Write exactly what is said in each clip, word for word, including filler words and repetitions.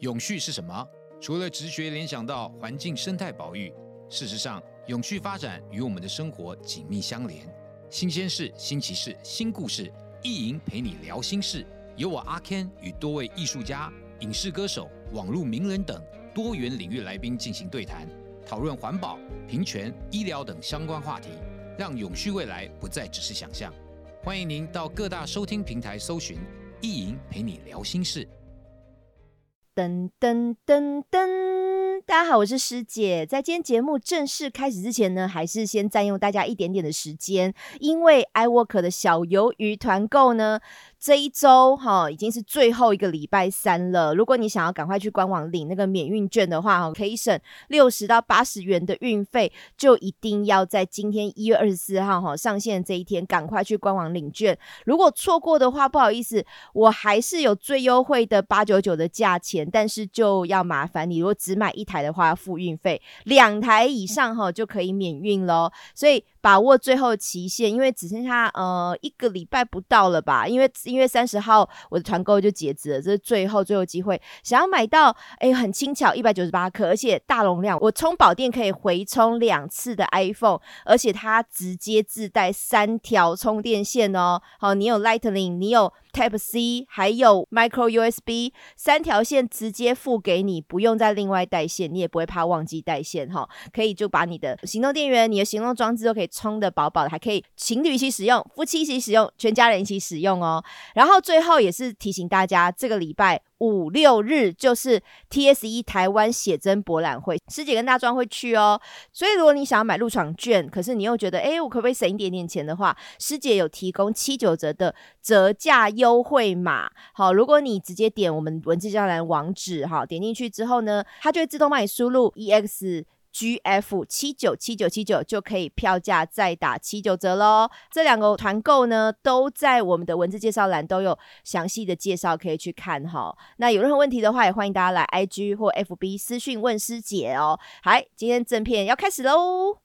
永续是什么？除了直觉联想到环境生态保育，事实上，永续发展与我们的生活紧密相连。新鲜事、新奇事、新故事，意莹陪你聊心事。由我阿 Ken 与多位艺术家、影视歌手、网络名人等多元领域来宾进行对谈，讨论环保、平权、医疗等相关话题，让永续未来不再只是想象。欢迎您到各大收听平台搜寻“意莹陪你聊心事”。 噔噔噔噔，大家好，我是师姐。在今天节目正式开始之前呢，还是先占用大家一点点的时间，因为 iWork 的小鱿鱼团购呢，这一周哈已经是最后一个礼拜三了。如果你想要赶快去官网领那个免运券的话，可以省六十到八十元的运费，就一定要在今天一月二十四号哈上线这一天赶快去官网领券。如果错过的话，不好意思，我还是有最优惠的八百九十九的价钱。但是就要麻烦你，如果只买一台的话要付运费，两台以上齁就可以免运咯。所以把握最后期限，因为只剩下呃一个礼拜不到了吧，因为因为三十号我的团购就截止了，这是最后最后机会。想要买到哎很轻巧一百九十八克，而且大容量，我充饱电可以回充两次的 iPhone， 而且它直接自带三条充电线哦。好，你有 Lightning， 你有 Type C， 还有 Micro U S B， 三条线直接付给你，不用再另外带线，你也不会怕忘记带线齁。可以就把你的行动电源、你的行动装置都可以充得饱饱的，还可以情侣一起使用、夫妻一起使用、全家人一起使用哦。然后最后也是提醒大家，这个礼拜五六日就是 T S E 台湾写真博览会，师姐跟大庄会去哦。所以如果你想要买入场券，可是你又觉得诶我可不可以省一点点钱的话，师姐有提供七九折的折价优惠码。好，如果你直接点我们文字教栏网址，好，点进去之后呢，它就会自动帮你输入 E X G F 七九七九七九，就可以票价再打七九折咯。这两个团购呢都在我们的文字介绍栏都有详细的介绍，可以去看齁。那有任何问题的话，也欢迎大家来 I G 或 F B 私讯问师姐哦。好，今天正片要开始咯。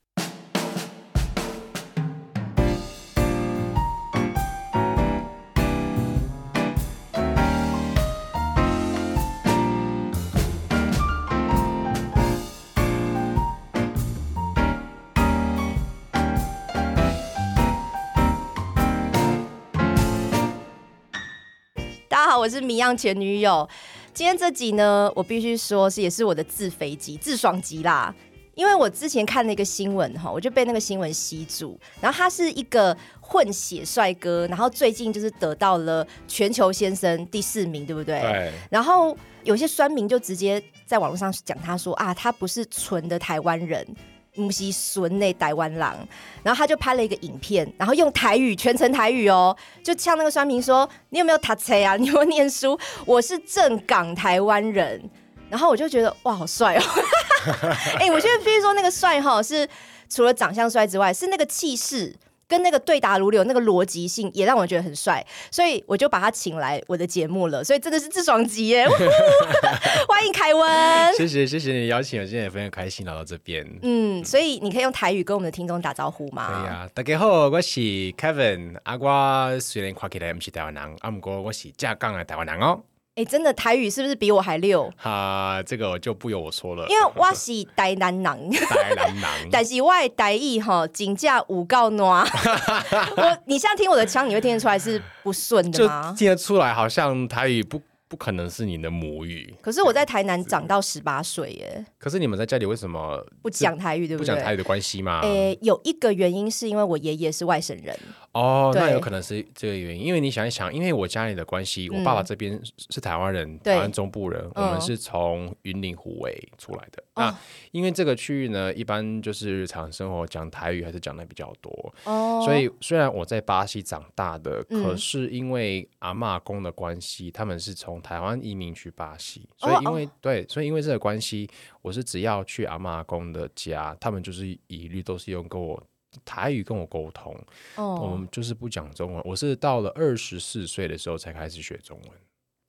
大家好，我是迷样前女友。今天这集呢，我必须说是也是我的自肥集、自爽集啦。因为我之前看了一个新闻，我就被那个新闻吸住。然后他是一个混血帅哥，然后最近就是得到了全球先生第四名，对不对？ 对。 然后有些酸民就直接在网络上讲他说啊，他不是纯的台湾人。不是纯的台湾人，然后他就拍了一个影片，然后用台语，全程台语哦，就像那个酸民说：“你有没有读册啊？你有没有念书？我是正港台湾人。”然后我就觉得哇，好帅哦！哎、欸，我觉得必须说那个帅哈，是除了长相帅之外，是那个气势。跟那个对答如流那个逻辑性也让我觉得很帅，所以我就把他请来我的节目了，所以真的是自爽集耶！欢迎凯文， 谢谢谢谢你的邀请，我今天也非常开心来到这边。 嗯，所以你可以用台语跟我们的听众打招呼吗？ 可以啊，大家好，我是 Kevin， 啊，我虽然看起来不是台湾人，啊，不过我是正港的台湾人哦。 哎、欸，真的台语是不是比我还溜？ 哈，这个就不由我说了， 因为我是台南人， 台南人， 但是我的台语吼真正有够烂。我，你现在听我的腔，你会听得出来是不顺的吗？ 就听得出来，好像台语不不可能是你的母语。 可是我在台南长到十八岁耶。 可是你们在家里为什么不讲台语，对不对？ 不讲台语的关系吗？ 诶、欸，有一个原因是因为我爷爷是外省人。 哦，那有可能是这个原因，因为你想一想，因为我家里的关系，我爸爸这边是台湾人，台湾中部人，我们是从云林虎尾出来的。哦、那因为这个区域呢，一般就是日常生活讲台语还是讲的比较多，哦，所以虽然我在巴西长大的，嗯、可是因为阿嬷阿公的关系，他们是从台湾移民去巴西，所以因为、哦、对，所以因为这个关系，我是只要去阿嬷阿公的家，他们就是一律都是用跟我。台语跟我沟通，哦，我们就是不讲中文。我是到了二十四岁的时候才开始学中文。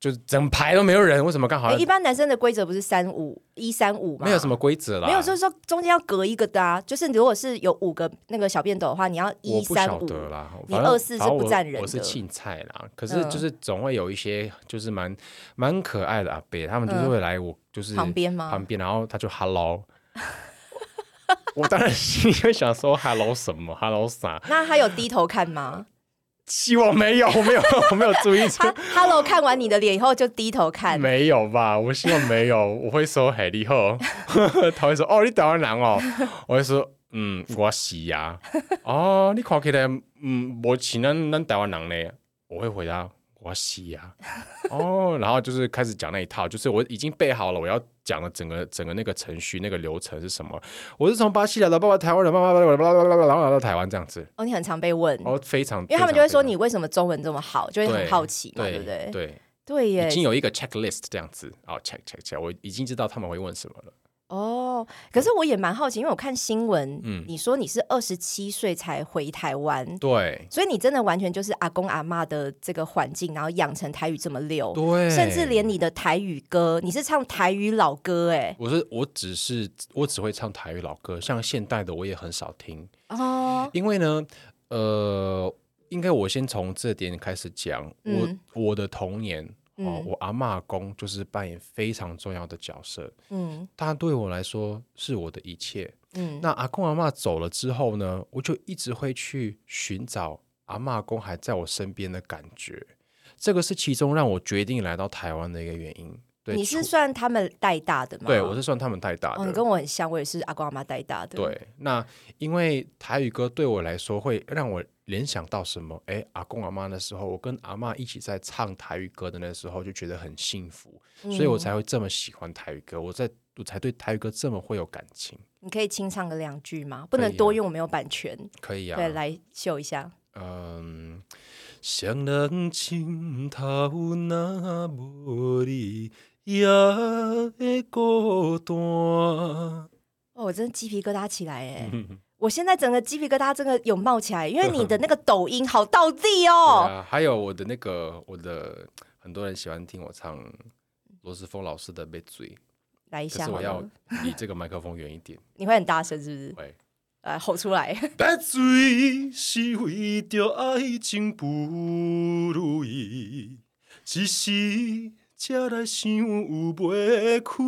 就是整排都没有人，为什么刚好、欸？ 一般男生的规则不是三五一三五吗？ 没有什么规则啦， 没有，就是说中间要隔一个的啊。就是如果是有五个那个小便斗的话，你要一三五。我不晓得啦，你二四是不占人的。 我, 我是青菜啦，可是就是总会有一些就是蛮蛮可爱的阿伯，他们就是会来我就是旁边吗？ 旁边，然后他就 hello。我当然心里会想说 hello 什么 hello 啥？ 那他有低头看吗？ 希望没有，我没有，我没有注意。 他 hello 看完你的脸以后就低头看， 没有吧？我希望没有。我会说嘿你好，他会说哦你台湾人哦，我会说嗯我是呀、啊。哦你看起来嗯不像咱咱台湾人呢，我会回答我是呀、啊。哦，然后就是开始讲那一套，就是我已经背好了，我要讲的整个整个那个程序那个流程是什么。我是从巴西来的，爸爸台湾人，爸爸然后来到台湾这样子。 哦，你很常被问， 哦，非常， 因为他们就会说你为什么中文这么好，就会很好奇嘛， 对, 对不对？ 对对耶， 已经有一个 checklist 这样子，哦 check check check， 我已经知道他们会问什么了。 哦，可是我也蛮好奇，因为我看新闻、嗯、你说你是二十七岁才回台湾， 对， 所以你真的完全就是阿公阿嬷的这个环境，然后养成台语这么溜， 对， 甚至连你的台语歌，你是唱台语老歌哎， 我是我只是我只会唱台语老歌，像现代的我也很少听哦， 因为呢，呃，应该我先从这点开始讲，嗯、我我的童年。哦、我阿嬷阿公就是扮演非常重要的角色，嗯，他对我来说是我的一切，嗯，那阿公阿嬷走了之后呢，我就一直会去寻找阿嬷阿公还在我身边的感觉，这个是其中让我决定来到台湾的一个原因。对， 你是算他们带大的吗？ 对，我是算他们带大的。 哦，你跟我很像，我也是阿公阿嬷带大的。 对，那因为台语歌对我来说会让我联想到什么？哎，阿公阿嬷的时候，我跟阿嬷一起在唱台语歌的那时候，就觉得很幸福，嗯、所以我才会这么喜欢台语歌，我在我才对台语歌这么会有感情。 你可以清唱个两句吗？不能多用，我没有版权。 可以啊， 对，来秀一下。 嗯，双人枕头若无你。也会孤单。哦， 我真的鸡皮疙瘩起来哎！我现在整个鸡皮疙瘩真的有冒起来，因为你的那个抖音好道地哦。 对啊，还有我的那个，我的很多人喜欢听我唱罗时丰老师的《被追》， 来一下。 可是我要离这个麦克风远一点。 你会很大声是不是？ 会。 来吼出来。 被追是为着爱情不如意，只是。才来想有袂开，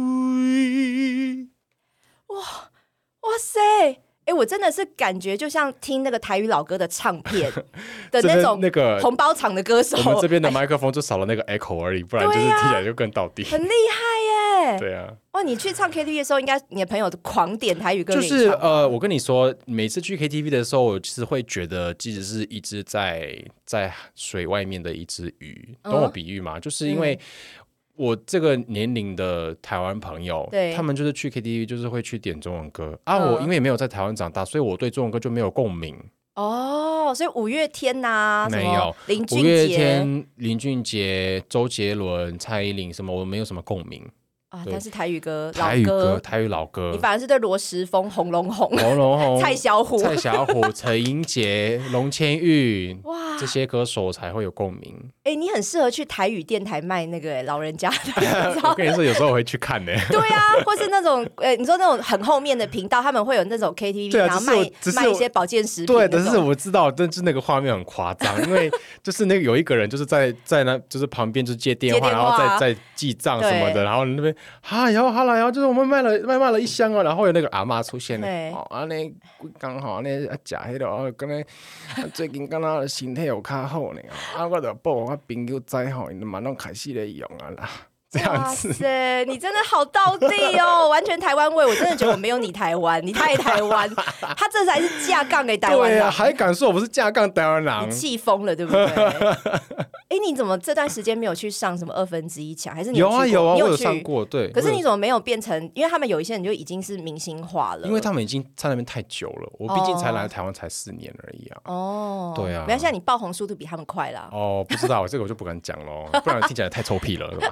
哇哇塞！哎、欸，我真的是感觉就像听那个台语老歌的唱片的那种那个红包场的歌手。 我们这边的麦克风就少了那个 echo 而已，不然就是听起来就更道地， 很厉害耶！ 对啊， 哇！你去唱 K T V 的时候，应该你的朋友狂点台语歌， 就是呃，我跟你说，每次去 K T V 的时候，我其实会觉得，即使是一只在在水外面的一只鱼，懂我比喻吗？嗯、就是因为。我这个年龄的台湾朋友，他们就是去 K T V 就是会去点中文歌啊。嗯、我因为没有在台湾长大，所以我对中文歌就没有共鸣。 哦，所以五月天呐、啊， 没有林俊杰、 五月天、林俊杰、周杰伦、蔡依林什么，我没有什么共鸣。 啊，但是台语歌、 台语歌、台语老歌， 你反而是对罗时丰、洪龙宏、 洪龙宏、 蔡小虎、 蔡小虎、陈英杰、龙千玉，哇，这些歌手才会有共鸣。 哎、欸，你很适合去台语电台卖那个老人家的。 我跟你说，有时候我会去看呢、欸。 对啊，或是那种呃、欸，你说那种很后面的频道，他们会有那种 K T V，、啊、然后卖卖一些保健食品。 对，但是我知道，但是那个画面很夸张，因为就是那个有一个人就是在在那就是旁边就接电话，电话然后再再记账什么的，然后那边哈，然后好了，然后就是我们卖了卖卖了一箱哦，然后有那个阿嬷出现了，哦，啊那刚好那啊食迄个，跟那最近刚刚身体有较好呢，啊我就报我朋友知吼，因嘛拢开始咧用啊啦。这样子，哇塞，你真的好道地哦，完全台湾味。我真的觉得我没有你台湾，你太台湾。他这才是架杠给台湾人。 对啊，还敢说我不是架杠台湾人？ 你气疯了，对不对？哎，你怎么这段时间没有去上什么二分之一强？还是你有啊有啊， 你有我有上过。对， 可是你怎么没有变成？因为他们有一些人就已经是明星化了， 因为他们已经在那边太久了。我毕竟才来台湾才四年而已啊。 哦， 对啊， 没关系，你爆红速度比他们快啦。 哦，不知道，这个我就不敢讲喽，不然听起来太臭屁了，是吧？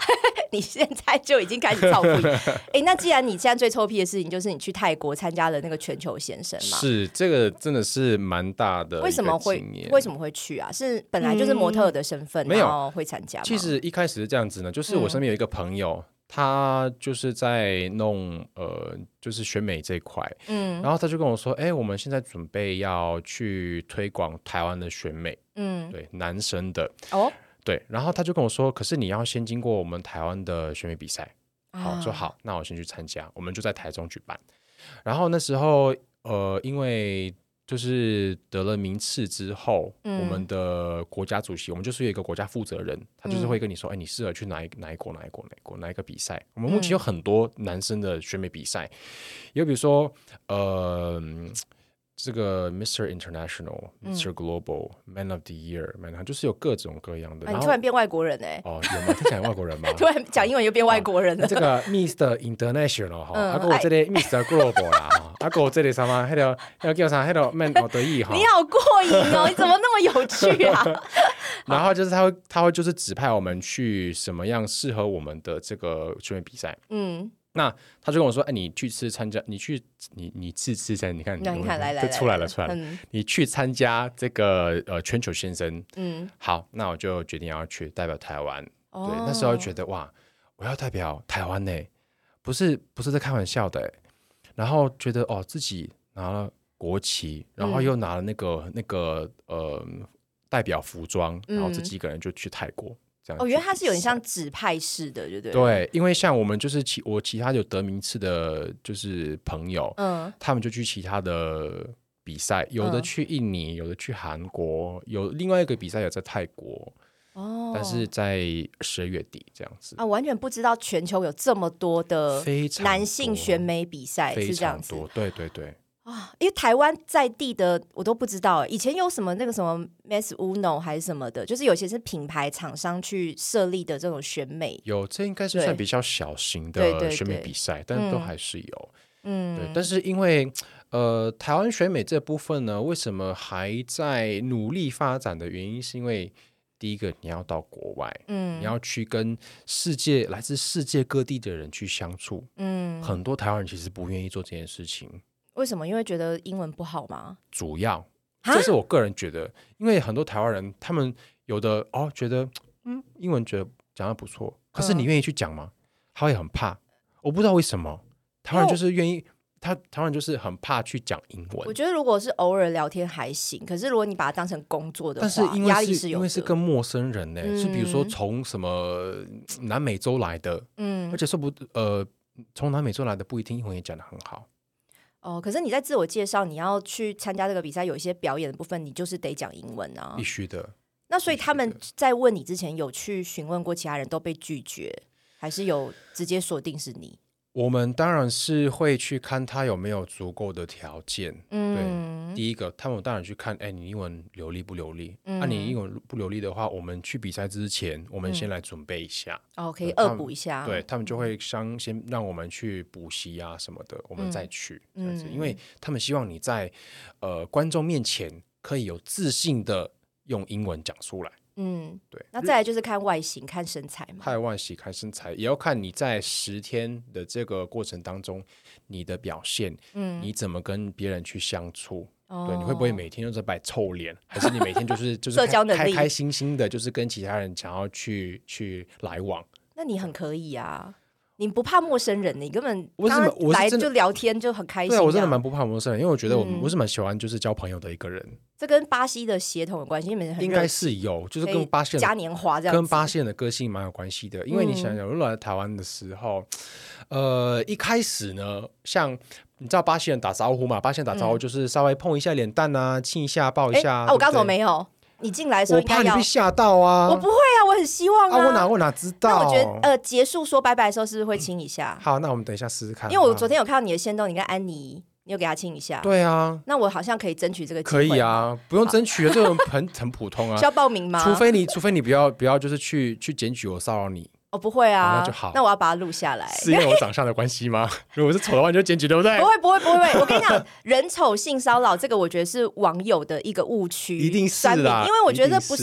你现在就已经开始臭屁。哎，那既然你现在最臭屁的事情就是你去泰国参加了那个全球先生嘛， 是这个真的是蛮大的一个经验。 为什么会为什么会去啊？是本来就是模特儿的身份，嗯、然后会参加吗？ 其实一开始是这样子呢，就是我身边有一个朋友。嗯，他就是在弄呃，就是选美这一块，嗯，然后他就跟我说，哎、欸，我们现在准备要去推广台湾的选美，嗯，对，男生的，哦，对，然后他就跟我说，可是你要先经过我们台湾的选美比赛，好、啊，说好，那我先去参加，我们就在台中举办，然后那时候呃，因为就是得了名次之后、嗯、我们的国家主席，我们就是有一个国家负责人，他就是会跟你说，哎、嗯欸，你适合去哪一哪一国哪一国哪一国哪一个比赛。我们目前有很多男生的选美比赛，有、嗯、比如说呃这个 Mister International、Mister Global、Man of the Year， 就是有各种各样的。 啊、你突然变外国人哎、欸？ 哦，有吗？听起来外国人吗？ 突然讲英文又变外国人了。 啊、这个 Mister International 哈、嗯，啊，跟我这里 Mister Global 啦哈，啊，跟我这里什么？那个那个叫啥？那个 Man of the Year 哈。 你好过瘾哦！你怎么那么有趣啊？ 然后就是他会他会就是指派我们去什么样适合我们的这个选美比赛。嗯。那他就跟我说：“哎，你去吃参加，你去你你去吃参，你看， 你看，来来来， 出来了出来了，嗯、你去参加这个呃全球先生，嗯，好，那我就决定要去代表台湾。哦、对，那时候觉得哇，我要代表台湾呢，不是不是在开玩笑的，然后觉得哦自己拿了国旗，然后又拿了那个、嗯、那个呃代表服装，然后自己一个人就去泰国。” 哦，原来它是有点像指派式的，对不对？ 对，因为像我们就是其我其他有得名次的，就是朋友，嗯，他们就去其他的比赛，有的去印尼，嗯、有的去韩国，有另外一个比赛有在泰国，哦，但是在十二月底这样子啊，完全不知道全球有这么多的男性选美比赛是这样子， 对对对。 啊，因为台湾在地的我都不知道，以前有什么那个什么 Miss Uno 还是什么的，就是有些是品牌厂商去设立的这种选美， 有这应该是算比较小型的选美比赛，但都还是有，嗯，对。但是因为呃台湾选美这部分呢，为什么还在努力发展的原因，是因为第一个你要到国外，嗯，你要去跟世界来自世界各地的人去相处，嗯，很多台湾人其实不愿意做这件事情。 为什么？因为觉得英文不好吗？ 主要，这是我个人觉得，因为很多台湾人，他们有的哦觉得，嗯，英文觉得讲得不错，可是你愿意去讲吗？嗯、他会很怕，我不知道为什么，台湾人就是愿意，他台湾人就是很怕去讲英文。 我觉得如果是偶尔聊天还行，可是如果你把它当成工作的话， 但是因为压力是有的， 因为是跟陌生人呢、欸，嗯、是比如说从什么南美洲来的，嗯，而且说不呃，从南美洲来的不一定英文也讲得很好。 哦，可是你在自我介绍，你要去参加这个比赛，有一些表演的部分，你就是得讲英文啊， 必须的。 那所以他们在问你之前，有去询问过其他人，都被拒绝，还是有直接锁定是你？ 我们当然是会去看他有没有足够的条件。嗯，对，第一个，他们当然去看，哎，你英文流利不流利？嗯，那、啊、你英文不流利的话，我们去比赛之前，我们先来准备一下， 嗯、哦，可以恶补一下。 对，他们就会先先让我们去补习啊什么的，我们再去。嗯，因为他们希望你在呃观众面前可以有自信的用英文讲出来。嗯，对。 那再来就是看外形、看身材嘛。 看外形、看身材，也要看你在十天的这个过程当中，你的表现，嗯，你怎么跟别人去相处？哦、对，你会不会每天都在摆臭脸，还是你每天就是就是社交能力开开心心的，就是跟其他人想要去去来往？ 那你很可以啊。你不怕陌生人，你根本刚刚来就聊天就很开心。 对啊，我真的蛮不怕陌生人，因为我觉得我、嗯、我是蛮喜欢就是交朋友的一个人。 这跟巴西的血统有关系，你们很应该是有，就是跟巴西人嘉年华这样子， 跟巴西人的个性蛮有关系的。因为你想想，如果来台湾的时候，呃，一开始呢，像你知道巴西人打招呼嘛？巴西人打招呼就是稍微碰一下脸蛋啊，亲一下，抱一下。 啊，我刚怎么没有？你进来的时候应该要， 我怕你被吓到啊！ 我不会啊，我很希望啊。 啊我哪我哪知道？ 那我觉得呃，结束说拜拜的时候是不是会亲一下？ 好，那我们等一下试试看。 因为我昨天有看到你的限动，你跟安妮，你有给她亲一下。 对啊。 那我好像可以争取这个机会。可以啊，不用争取的，这种很很普通啊。 需要报名吗？ 除非你，除非你不要不要就是去去检举我骚扰你。 哦，不会啊， 那就好。 那我要把它录下来。 是因为我长相的关系吗？如果是丑的话，你就检举，对不对？ 不会，不会，不会。我跟你讲，人丑性骚扰这个，我觉得是网友的一个误区， 一定是啦。 因为我觉得不是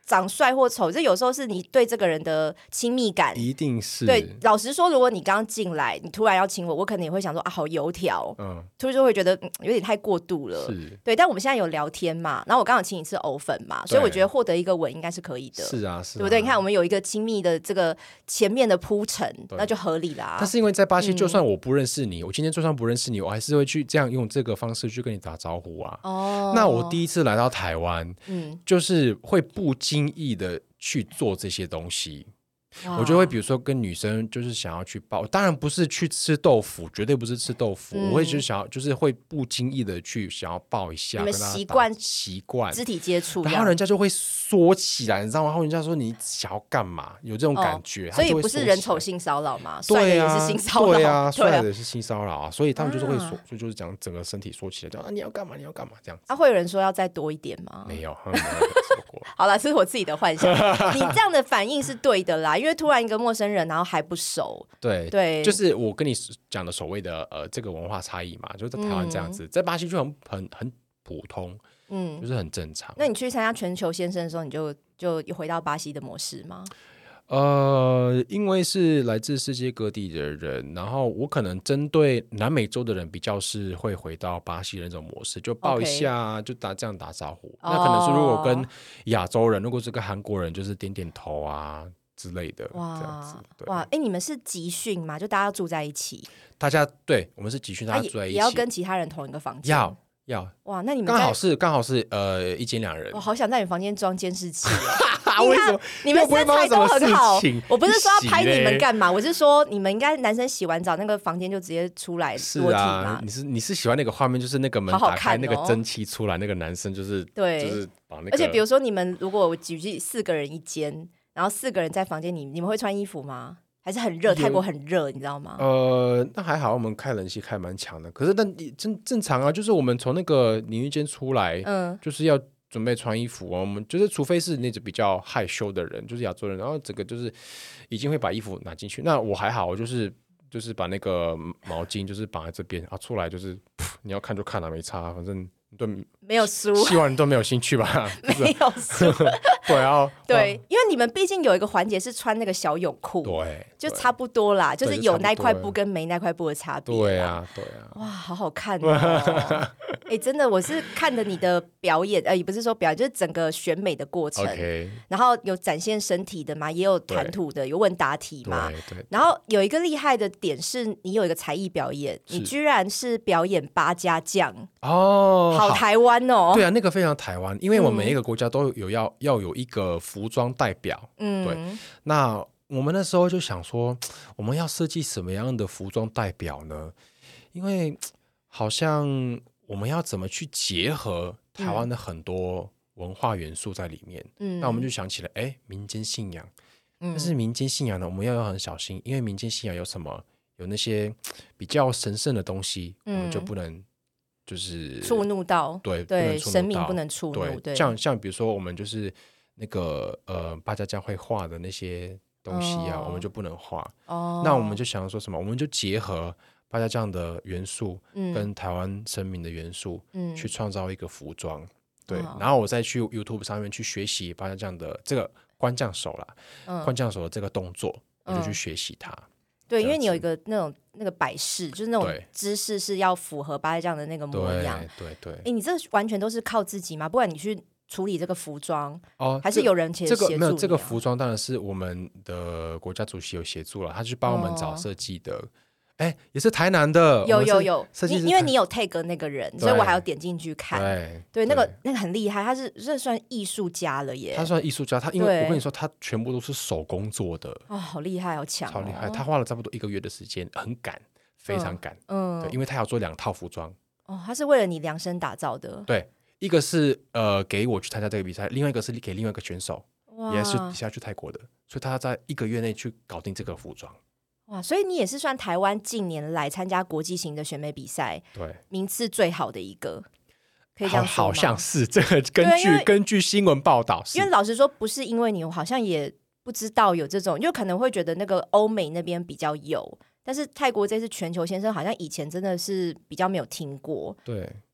长帅或丑，这有时候是你对这个人的亲密感， 一定是对。老实说，如果你刚进来，你突然要亲我，我可能也会想说啊，好油条，嗯，突然就会觉得、嗯、有点太过度了， 是， 对。但我们现在有聊天嘛，然后我刚好请你吃藕粉嘛，所以我觉得获得一个吻应该是可以的， 是啊，是啊， 对不对？你看我们有一个亲密的这个前面的铺陈，那就合理啦。 但是因为在巴西，就算我不认识你、嗯，我今天就算不认识你，我还是会去这样用这个方式去跟你打招呼啊。哦，那我第一次来到台湾，嗯，就是会不经意的去做这些东西。我就会比如说跟女生就是想要去抱，当然不是去吃豆腐，绝对不是吃豆腐、嗯、我会就是想要就是会不经意的去想要抱一下， 你们习惯习惯肢体接触， 然后人家就会缩起来，你知道吗？然后人家说你想要干嘛，有这种感觉、哦、 所以不是人丑性骚扰吗？ 对啊， 帅的也是性骚扰， 对啊，帅的也是性骚扰啊，所以他们就是会缩、啊、所以就是讲整个身体缩起来，就啊你要干嘛你要干嘛这样子。 啊，会有人说要再多一点吗？ 没有，他们没有说过。 好啦，这是我自己的幻想。你这样的反应是对的啦，因为突然一个陌生人，然后还不熟， 对对， 就是我跟你讲的所谓的呃这个文化差异嘛，就是在台湾这样子，嗯、在巴西就很很很普通，嗯，就是很正常。 那你去参加全球先生的时候，你就就回到巴西的模式吗？ 呃，因为是来自世界各地的人，然后我可能针对南美洲的人比较是会回到巴西的那种模式，就抱一下、okay. 就打这样打招呼、oh. 那可能是如果跟亚洲人，如果是跟韩国人就是点点头啊之类的。哇，这样子哇，哎，你们是集训吗？就大家要住在一起？ 大家对，我们是集训，大家住在一起、啊、 也要跟其他人同一个房间？ 要要。 哇，那你们刚好是刚好是呃一间两人。 我好想在你房间装监视器为什么？ 你们身材都很好。我不是说要拍你们干嘛， 我是说你们应该男生洗完澡那个房间就直接出来裸体嘛。 是啊，你是你是喜欢那个画面，就是那个门打开，好好、哦、那个蒸汽出来，那个男生就是对， 就是把那个。 而且比如说你们如果我举例四个人一间，然后四个人在房间里，你们会穿衣服吗？还是很热？泰国很热，你知道吗？ 呃，那还好，我们开冷气开蛮强的。可是但正正常啊，就是我们从那个淋浴间出来，嗯，就是要准备穿衣服啊。我们就是除非是那种比较害羞的人，就是亚洲人，然后整个就是已经会把衣服拿进去。那我还好，我就是就是把那个毛巾就是绑在这边啊，出来就是你要看就看了、啊，没差，反正。对， 没有输， 希望你都没有兴趣吧？ 没有输， 对啊， 对，因为你们毕竟有一个环节是穿那个小泳裤， 对， 就差不多啦，就是有那块布跟没那块布的差别。 对啊，对啊， 哇，好好看哦！哎、欸，真的，我是看着你的表演，呃，也不是说表演，就是整个选美的过程。 Okay. 然后有展现身体的嘛，也有谈吐的，有问答题嘛。 对 对, 对。 然后有一个厉害的点是，你有一个才艺表演，你居然是表演八家将哦。 好台湾哦， 对啊，那个非常台湾，因为我们每一个国家都有要、嗯、要有一个服装代表，嗯，对。那我们那时候就想说，我们要设计什么样的服装代表呢？因为好像我们要怎么去结合台湾的很多文化元素在里面，嗯，那我们就想起了，哎，民间信仰，嗯，但是民间信仰呢，我们要很小心，因为民间信仰有什么，有那些比较神圣的东西，嗯、我们就不能。就是触怒到， 对对，神明不能触怒， 对， 对像像比如说我们就是那个呃八家将会画的那些东西啊，哦、我们就不能画。哦，那我们就想说什么？我们就结合八家将的元素跟台湾神明的元素，嗯，去创造一个服装。嗯、对，哦、然后我再去 YouTube 上面去学习八家将的这个官将手啦，嗯、官将手的这个动作，我就去学习它。嗯对，因为你有一个那种那个摆饰，就是那种姿势是要符合八家将的那个模样。 对对对。 哎，你这完全都是靠自己吗？不管你去处理这个服装，哦，还是有人协助、 啊？ 这个没有，这个服装当然是我们的国家主席有协助了，他去帮我们找设计的。哎、哦，也是台南的， 有有有，你因为你有 tag 那个人，所以我还要点进去看。对对，那个那个很厉害，他是这算艺术家了耶。 他算艺术家，他因为我跟你说，他全部都是手工做的。 哦，好厉害，好强、哦， 超厉害！他花了差不多一个月的时间，很赶，非常赶。嗯，对，因为他要做两套服装。 哦，他是为了你量身打造的。 对，一个是呃给我去参加这个比赛，另外一个是给另外一个选手，也是是要去泰国的，所以他在一个月内去搞定这个服装。 哇，所以你也是算台湾近年来参加国际型的选美比赛， 对， 名次最好的一个，可以这样说吗？ 好，好像是这个根据根据新闻报道， 因为老实说，不是因为你，我好像也不知道有这种，就可能会觉得那个欧美那边比较有，但是泰国这次全球先生好像以前真的是比较没有听过。 对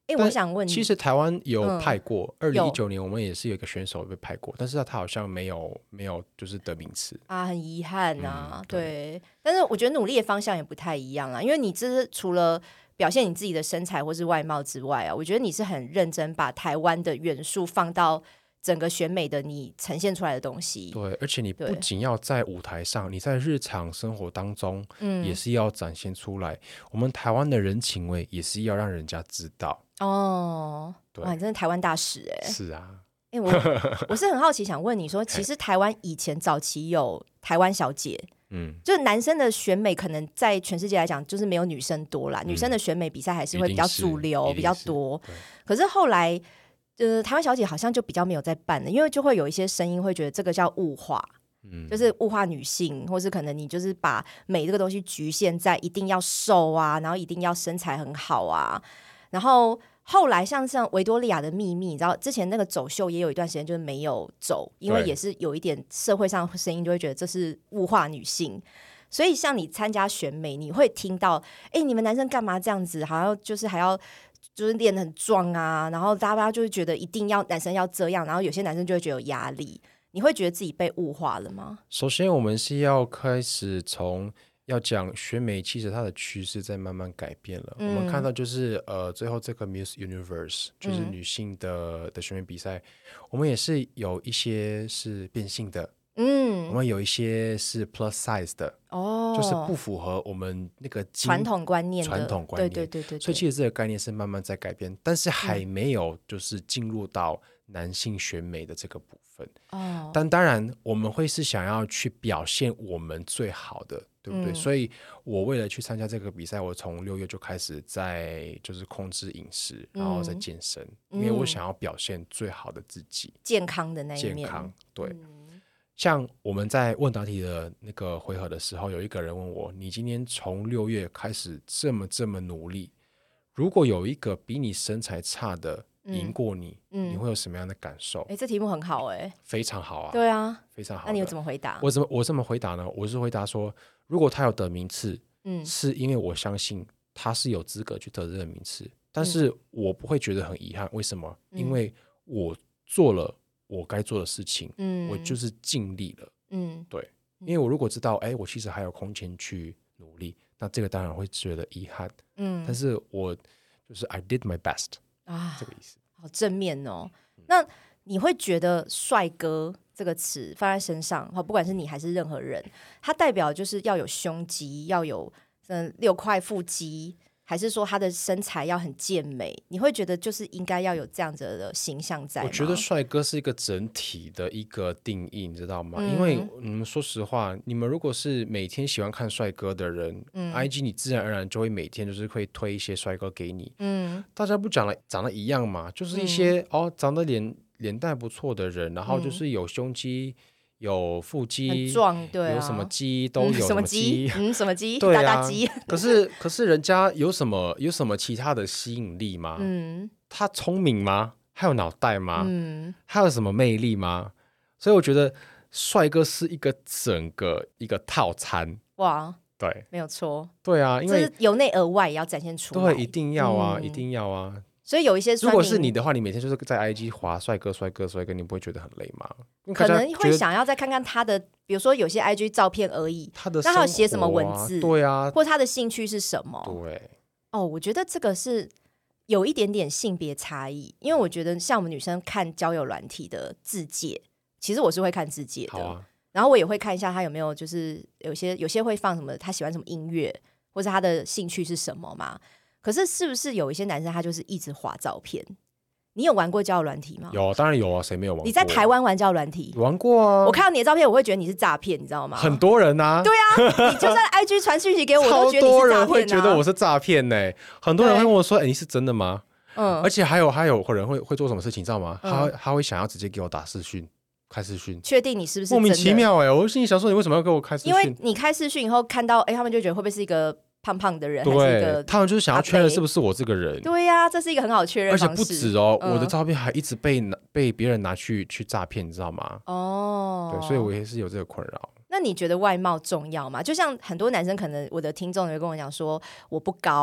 哎，我想问你， 其实台湾有派过，二零一九有年我们也是有一个选手被派过，但是他好像没有没有就是得名次啊，很遗憾啊， 嗯对。但是我觉得努力的方向也不太一样啦，因为你这是除了表现你自己的身材或是外貌之外啊，我觉得你是很认真把台湾的元素放到整个选美的你呈现出来的东西。 对，而且你不对仅要在舞台上，你在日常生活当中嗯也是要展现出来。我们台湾的人情味也是要让人家知道。 哦， 对哇，你真的台湾大使哎、 是啊， 哎、我我是很好奇，想问你说，其实台湾以前早期有台湾小姐， 嗯， 就是男生的选美可能在全世界来讲，就是没有女生多啦。 嗯女生的选美比赛还是会比较一定是主流， 一定比较是多。 对可是后来，呃，台湾小姐好像就比较没有在办了，因为就会有一些声音会觉得这个叫物化。 嗯， 就是物化女性，或是可能你就是把美这个东西局限在一定要瘦啊，然后一定要身材很好啊，然后后来像像维多利亚的秘密，你知道之前那个走秀也有一段时间就是没有走，因为对也是有一点社会上的声音就会觉得这是物化女性。所以像你参加选美，你会听到，哎，你们男生干嘛这样子？好像就是还要就是练得很壮啊，然后大家就会觉得一定要男生要这样，然后有些男生就会觉得有压力。你会觉得自己被物化了吗？ 首先我们是要开始从要讲选美，其实它的趋势在慢慢改变了。 嗯我们看到就是呃，最后这个 Miss Universe 就是嗯女性的、的选美比赛，我们也是有一些是变性的，我嗯， 们有一些是 plus size 的， 哦， 就是不符合我们那个经传统观念的， 传统观念对对对对对， 所以其实这个概念是慢慢在改变，但是还没有就是进入到男性选美的这个部分。 哦， 但当然我们会是想要去表现我们最好的，对不对？ 嗯所以我为了去参加这个比赛，我从六月就开始在就是控制饮食，然后在健身， 嗯因为我想要表现最好的自己， 健康的那一面， 健康。对， 嗯像我们在问答题的那个回合的时候，有一个人问我：“你今天从六月开始这么这么努力，如果有一个比你身材差的赢过你， 嗯你会有什么样的感受？” 哎，这题目很好哎， 非常好啊， 对啊， 非常好的。 那你有怎么回答？ 我怎么我这么回答呢？我是回答说，如果他有得名次， 嗯是因为我相信他是有资格去得这个名次，但是我不会觉得很遗憾。为什么？ 嗯因为我做了我该做的事情， 嗯我就是尽力了。 嗯对，因为我如果知道，哎，我其实还有空间去努力，那这个当然会觉得遗憾。 嗯但是我就是 I did my best 啊这，个意思。 好正面哦。那你会觉得帅哥这个词放在身上，不管是你还是任何人，它代表就是要有胸肌，要有嗯六块腹肌，还是说他的身材要很健美？你会觉得就是应该要有这样子的形象在吗？ 我觉得帅哥是一个整体的一个定义，你知道吗？ 嗯因为嗯，说实话，你们如果是每天喜欢看帅哥的人、 嗯 i g 你自然而然就会每天就是会推一些帅哥给你。 嗯大家不长得长得一样嘛，就是一些、哦长得脸脸蛋不错的人，然后就是有胸肌、有腹肌、 很壮，对啊， 有什么肌都有嗯什么肌肌，。嗯，什么肌， 对啊大大肌， 可是可是人家有什么有什么其他的吸引力吗？ 嗯他聪明吗？还有脑袋吗？ 嗯他有什么魅力吗？所以我觉得帅哥是一个整个一个套餐。 哇， 对没有错， 对啊，因为这是由内而外也要展现出来， 对一定要啊， 嗯一定要啊。 所以有一些如酸民果是你的话，你每天就是在 I G 滑帅哥、帅哥、帅哥，你不会觉得很累吗？因为可能大家觉得会想要再看看他的，比如说有些 I G 照片而已， 他的那他有生写什么活啊文字对啊， 或他的兴趣是什么？ 对， 哦，我觉得这个是有一点点性别差异，因为我觉得像我们女生看交友软体的自介，其实我是会看自介的， 好啊， 然后我也会看一下他有没有就是有些有些会放什么，他喜欢什么音乐，或者他的兴趣是什么嘛。可是是不是有一些男生他就是一直滑照片？你有玩过交友软体吗？ 有当然有啊，谁没有玩过？ 你在台湾玩交友软体？ 玩过啊？ 我看到你的照片，我会觉得你是诈骗，你知道吗？ 很多人啊， 对啊，你就算 I G 传讯息给我，我超都觉得你多是诈骗、啊、 人会觉得我是诈骗呢。很多人会问我说：“哎、你是真的吗？” 嗯而，且还有还有人会会做什么事情，你知道吗？ 嗯他会他会想要直接给我打视讯，开视讯， 确定你是不是莫名真的其妙哎、我心里想说，你为什么要给我开视因为讯？ 你开视讯以后看到，哎、他们就觉得会不会是一个胖胖的人，还是一对个？ 他们就是想要确认是不是我这个人。 对呀、啊，这是一个很好的确认而且方式。 不止哦， 嗯我的照片还一直被拿被别人拿去去诈骗，你知道吗？ 哦， 对，所以我也是有这个困扰。 那你觉得外貌重要吗？就像很多男生，可能我的听众也会跟我讲说，我不高，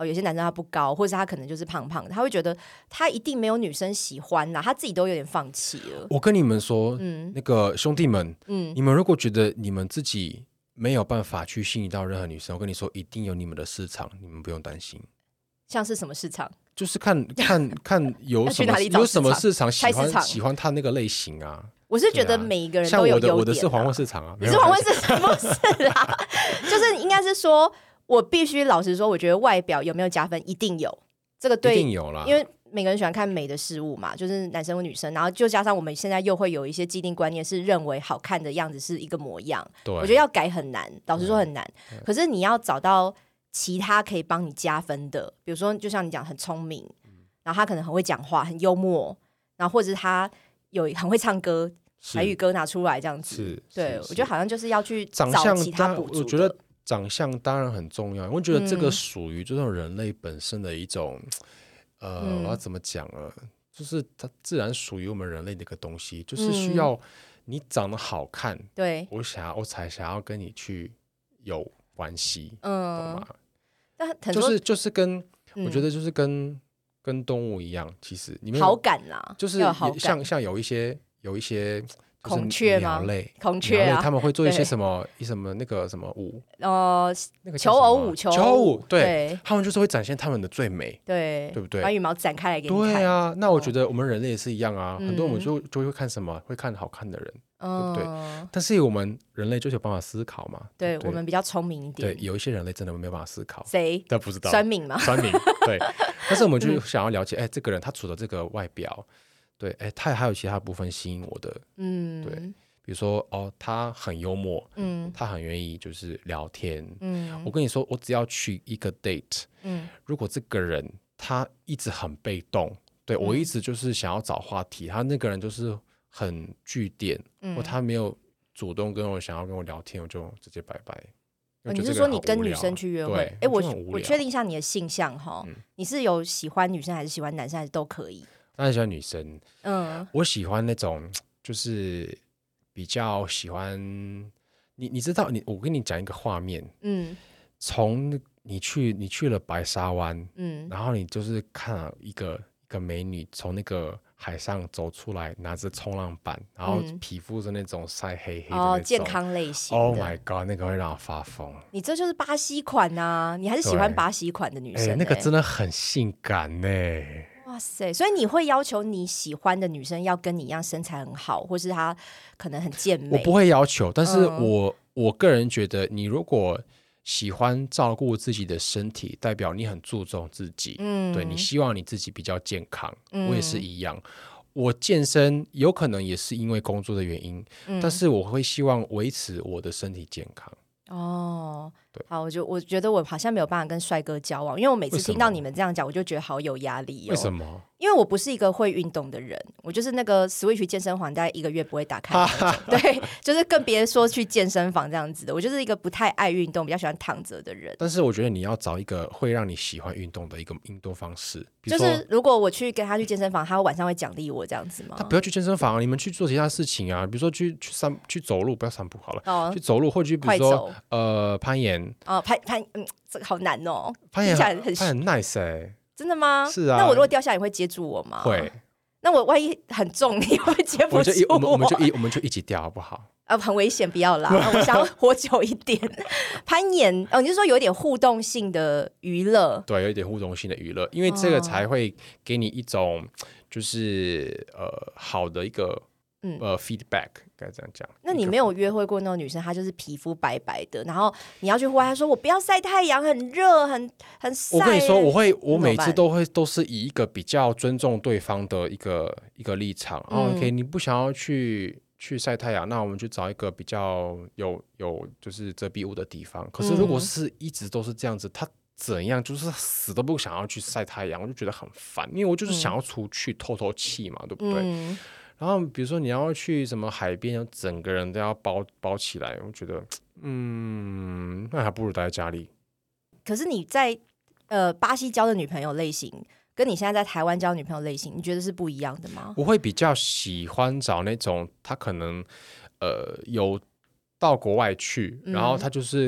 哦，有些男生他不高，或者他可能就是胖胖的，他会觉得他一定没有女生喜欢啦，他自己都有点放弃了。 我跟你们说，嗯，那个兄弟们，嗯，你们如果觉得你们自己没有办法去吸引到任何女生，我跟你说，一定有你们的市场，你们不用担心。 像是什么市场？ 就是看看看有什么有什么市场喜欢喜欢他那个类型啊。 我是觉得每一个人都有优点、啊、 像我的我的是黄昏市场啊， 你是黄昏市场不是啊？就是应该是说，我必须老实说，我觉得外表有没有加分，一定有。这个对， 一定有啦， 因为每个人喜欢看美的事物嘛，就是男生或女生，然后就加上我们现在又会有一些既定观念，是认为好看的样子是一个模样。 对， 我觉得要改很难，老实说很难。可是你要找到其他可以帮你加分的，比如说就像你讲很聪明，然后他可能很会讲话，很幽默，然后或者是他有很会唱歌，台语歌拿出来这样子。 是， 对，我觉得好像就是要去找其他补足的。 我觉得长相当然很重要，我觉得这个属于这种人类本身的一种。呃，我要怎么讲呢？就是它自然属于我们人类的一个东西，就是需要你长得好看，嗯、 对， 我想我才想要跟你去有关系，嗯，懂吗？ 但就是就是跟、嗯、我觉得就是跟跟动物一样，其实你们好感啦， 就是像像有一些有一些。 孔雀吗？ 鸟类， 孔雀啊， 他们会做一些什么什么那个什么舞， 呃，那个求偶舞，求偶舞，对，他们就是会展现他们的最美， 对， 对不对？ 把羽毛展开来给你看。 对啊，那我觉得我们人类也是一样啊，很多我们就就会看什么，会看好看的人，对不对？但是我们人类就是有办法思考嘛， 对我们比较聪明一点。 对，有一些人类真的没有办法思考， 谁？ 但不知道， 酸敏吗？ 酸敏，对。但是我们就想要了解，哎，这个人他除了这个外表，对，哎，他还有其他部分吸引我的，嗯，对。比如说哦，他很幽默，嗯，他很愿意就是聊天，嗯，我跟你说，我只要去一个 date，嗯，如果这个人他一直很被动，对、嗯、我一直就是想要找话题，他那个人就是很据点，嗯，或他没有主动跟我想要跟我聊天，我就直接拜拜。 哦、你是说你跟女生去约会？哎，我我确定一下你的性向哈、嗯，你是有喜欢女生还是喜欢男生还是都可以？ 当然喜欢女生，嗯，我喜欢那种就是。比较喜欢你，你知道你，我跟你讲一个画面，嗯，从你去你去了白沙湾，嗯，然后你就是看了一个一个美女从那个海上走出来，拿着冲浪板，然后皮肤是那种晒黑黑的那种、 哦、健康类型的 ，Oh my god， 那个会让我发疯。 你这就是巴西款啊，你还是喜欢巴西款的女生、欸欸？ 那个真的很性感呢、欸。 哇塞！所以你会要求你喜欢的女生要跟你一样身材很好，或是她可能很健美？ 我不会要求，但是我、嗯、我个人觉得，你如果喜欢照顾自己的身体，代表你很注重自己。嗯，对，你希望你自己比较健康。嗯、我也是一样。我健身有可能也是因为工作的原因，嗯、但是我会希望维持我的身体健康。 哦，好，我就我觉得我好像没有办法跟帅哥交往，因为我每次听到你们这样讲，我就觉得好有压力哦。 为什么？ 因为我不是一个会运动的人，我就是那个 Switch 健身环大概一个月不会打开对，就是更别说去健身房这样子的。我就是一个不太爱运动，比较喜欢躺着的人。 但是我觉得你要找一个会让你喜欢运动的一个运动方式，比如说就是如果我去跟他去健身房，他晚上会奖励我这样子吗？ 他不要去健身房、啊，你们去做其他事情啊，比如说去去散去走路，不要散步好了，哦、去走路或者去比如说呃攀岩哦攀攀嗯这个好难哦， 攀岩很攀很 nice 哎、欸。 真的吗？ 是啊。 那我如果掉下来，你会接住我吗？ 会。 那我万一很重，你会接不住我？ 我们就一我们就一我们就一起掉好不好？ 啊，很危险，不要啦！我想要活久一点。攀岩哦，你是说有点互动性的娱乐？ 对，有一点互动性的娱乐，因为这个才会给你一种就是呃好的一个。嗯，呃 ，feedback 该这样讲。 那你没有约会过那种女生，她就是皮肤白白的，然后你要去户外，她说我不要晒太阳，很热，很很晒。 我跟你说，我会，我每次都会都是以一个比较尊重对方的一个一个立场。嗯、哦 OK， 你不想要去去晒太阳，那我们就找一个比较有有就是遮蔽物的地方。可是如果是一直都是这样子，他怎样就是死都不想要去晒太阳，我就觉得很烦，因为我就是想要出去透透气嘛，对不对？嗯，然后比如说你要去什么海边，整个人都要包包起来，我觉得嗯，那还不如待在家里。 可是你在呃巴西交的女朋友类型，跟你现在在台湾交女朋友类型，你觉得是不一样的吗？ 我会比较喜欢找那种他可能呃有到国外去，然后他就是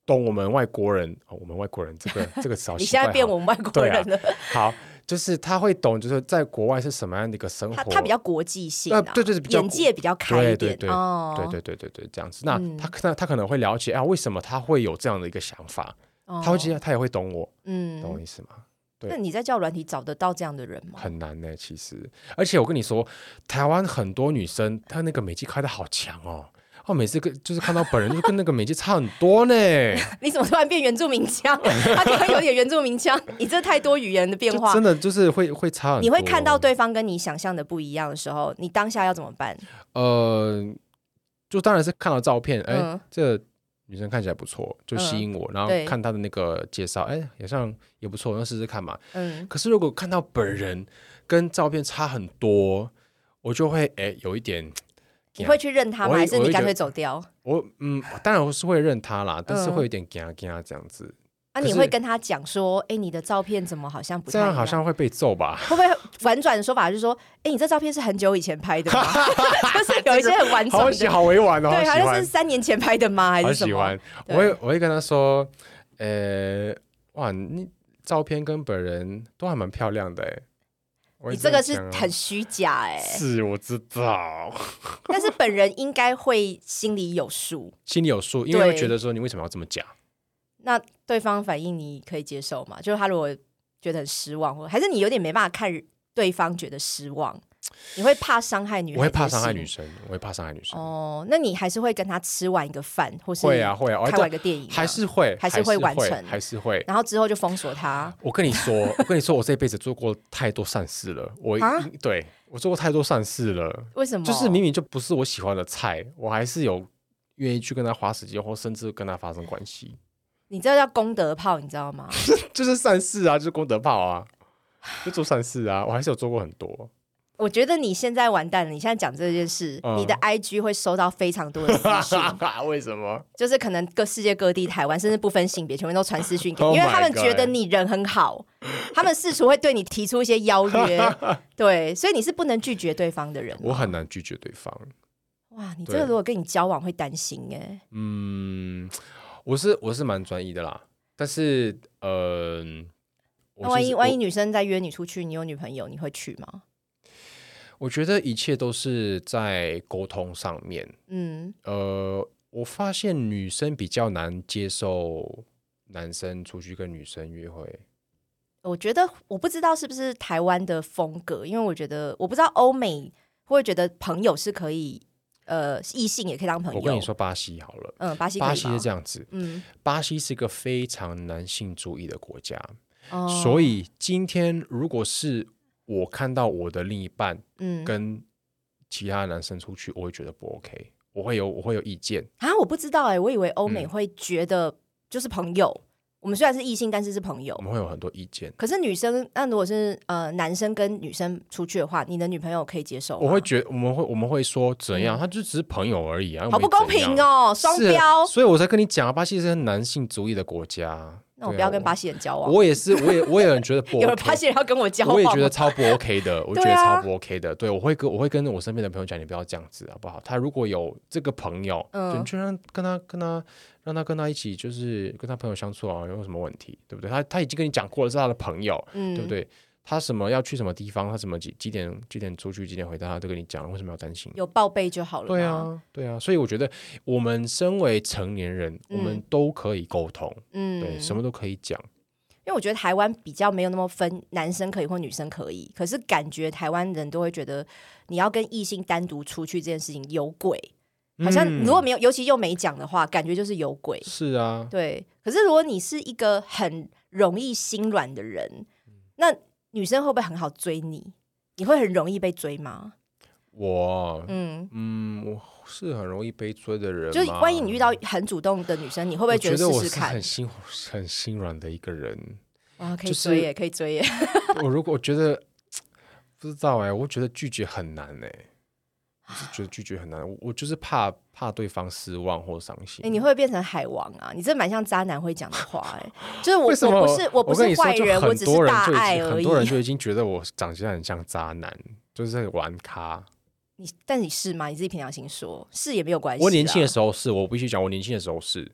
懂我们外国人、哦、我们外国人这个这个词好奇怪， 你现在变我们外国人了、 啊、好，就是他会懂，就是在国外是什么样的一个生活，他, 他比较国际性、啊呃、 对对对， 眼界比较开一点， 对对对、哦、对对对对对，这样子。那、嗯、他可能他可能会了解啊，为什么他会有这样的一个想法，哦、他会记得，他也会懂我，嗯，懂我意思吗？对， 那你在交友软体找得到这样的人吗？ 很难呢、欸，其实。而且我跟你说，台湾很多女生，她那个美肌开的好强哦。我每次跟就是看到本人就跟那个美肌差很多呢。 你怎么突然变原住民腔？他可能有点原住民腔，你这太多语言的变化， 真的就是会会差很多。 你会看到对方跟你想象的不一样的时候，你当下要怎么办？ 呃，就当然是看到照片，哎、嗯，这个女生看起来不错，就吸引我，嗯、然后看她的那个介绍，哎，好像也不错，那试试看嘛。嗯。可是如果看到本人跟照片差很多，我就会哎有一点。 你会去认他吗？还是你干脆走掉？ 我嗯，当然我是会认他啦，但是会有点惊惊这样子。 啊，你会跟他讲说，哎、欸，你的照片怎么好像不太一样？ 这样好像会被揍吧？ 会不会婉转的说法就是说，哎、欸，你这照片是很久以前拍的吗？就是有一些很婉转的， 这个、好, 好委婉哦。 对，好像是三年前拍的吗？还是什么？ 好喜欢。我会我会跟他说，呃，哇，你照片跟本人都还蛮漂亮的哎。 你这个是很虚假哎、 欸，是我知道， 但是本人应该会心里有数， 心里有数，因为会觉得说你为什么要这么假？ 那对方反应你可以接受吗？就是他如果觉得很失望，或还是你有点没办法看对方觉得失望，你会怕伤害女孩子？ 我会怕伤害女生，我会怕伤害女生。 哦，那你还是会跟他吃完一个饭，或是会啊会啊， 看完一个电影， 还是会还是会完成， 还是会。 然后之后就封锁他。 我跟你说，我跟你说，我这辈子做过太多善事了。我对我做过太多善事了。 为什么？ 就是明明就不是我喜欢的菜，我还是有愿意去跟他花时间，或甚至跟他发生关系。 你这叫功德炮，你知道吗？ 就是善事啊，就是功德炮啊，就做善事啊。我还是有做过很多。 我觉得你现在完蛋了，你现在讲这件事、嗯、你的 I G 会收到非常多的私讯。 为什么？ 就是可能各世界各地台湾甚至不分性别全部都传私讯给你、oh、因为他们觉得你人很好，他们试图会对你提出一些邀约。对，所以你是不能拒绝对方的人。 我很难拒绝对方。 哇，你这个如果跟你交往会担心耶、欸、 嗯，我是我是蛮专一的啦，但是呃那万一万一女生在约你出去，你有女朋友，你会去吗？ 我觉得一切都是在沟通上面。嗯，呃，我发现女生比较难接受男生出去跟女生约会。 我觉得我不知道是不是台湾的风格，因为我觉得我不知道欧美会不会觉得朋友是可以，呃，异性也可以当朋友。 我跟你说巴西好了， 嗯，巴西巴西是这样子，嗯，巴西是一个非常男性主义的国家，哦、所以今天如果是我看到我的另一半跟其他男生出去、嗯、我会觉得不 OK， 我会有我会有意见啊！我不知道哎、欸，我以为欧美会觉得就是朋友、嗯、我们虽然是异性但是是朋友， 我们会有很多意见。 可是女生那如果是呃男生跟女生出去的话，你的女朋友可以接受吗？ 我会觉得我们会我们会说怎样、嗯、他就只是朋友而已啊， 好不公平哦，双标。 所以我才跟你讲啊，巴西是男性主义的国家。 那我不要跟巴西人交往。 我也是，我也我也很觉得不 OK。 有人巴西人要跟我交往， 我也觉得超不 OK 的，我觉得超不 OK 的。对，我会跟我会跟我身边的朋友讲，你不要这样子好不好？他如果有这个朋友，嗯，就让跟他跟他让他跟他一起，就是跟他朋友相处啊，有什么问题，对不对？他他已经跟你讲过了，是他的朋友，嗯，对不对？他什么要去什么地方，他什么几几点几点出去，几点回到，他都跟你讲，为什么要担心？ 有报备就好了。 对啊，对啊，所以我觉得我们身为成年人，嗯、我们都可以沟通，嗯，对，什么都可以讲。 因为我觉得台湾比较没有那么分男生可以或女生可以，可是感觉台湾人都会觉得你要跟异性单独出去这件事情有鬼，好像如果没有，尤其又没讲的话，感觉就是有鬼。 是啊， 对。可是如果你是一个很容易心软的人，那女生会不会很好追你？你会很容易被追吗？ 我，嗯嗯，我是很容易被追的人吗？ 就是万一你遇到很主动的女生，你会不会觉得试试看？ 我觉得我是很心很心软的一个人。 哇，可以追耶，就是、可以追耶。 我如果我觉得不知道哎，我觉得拒绝很难哎，我是觉得拒绝很难。我, 我就是怕怕对方失望或伤心。 哎，你会不会变成海王啊？你这蛮像渣男会讲的话哎。就是我，我不是我不是坏人，我只是大爱而已。 很多人就已经觉得我长相很像渣男，就是玩咖。 你但你是吗？你自己凭良心说，是也没有关系。 我年轻的时候是，我必须讲，我年轻的时候是。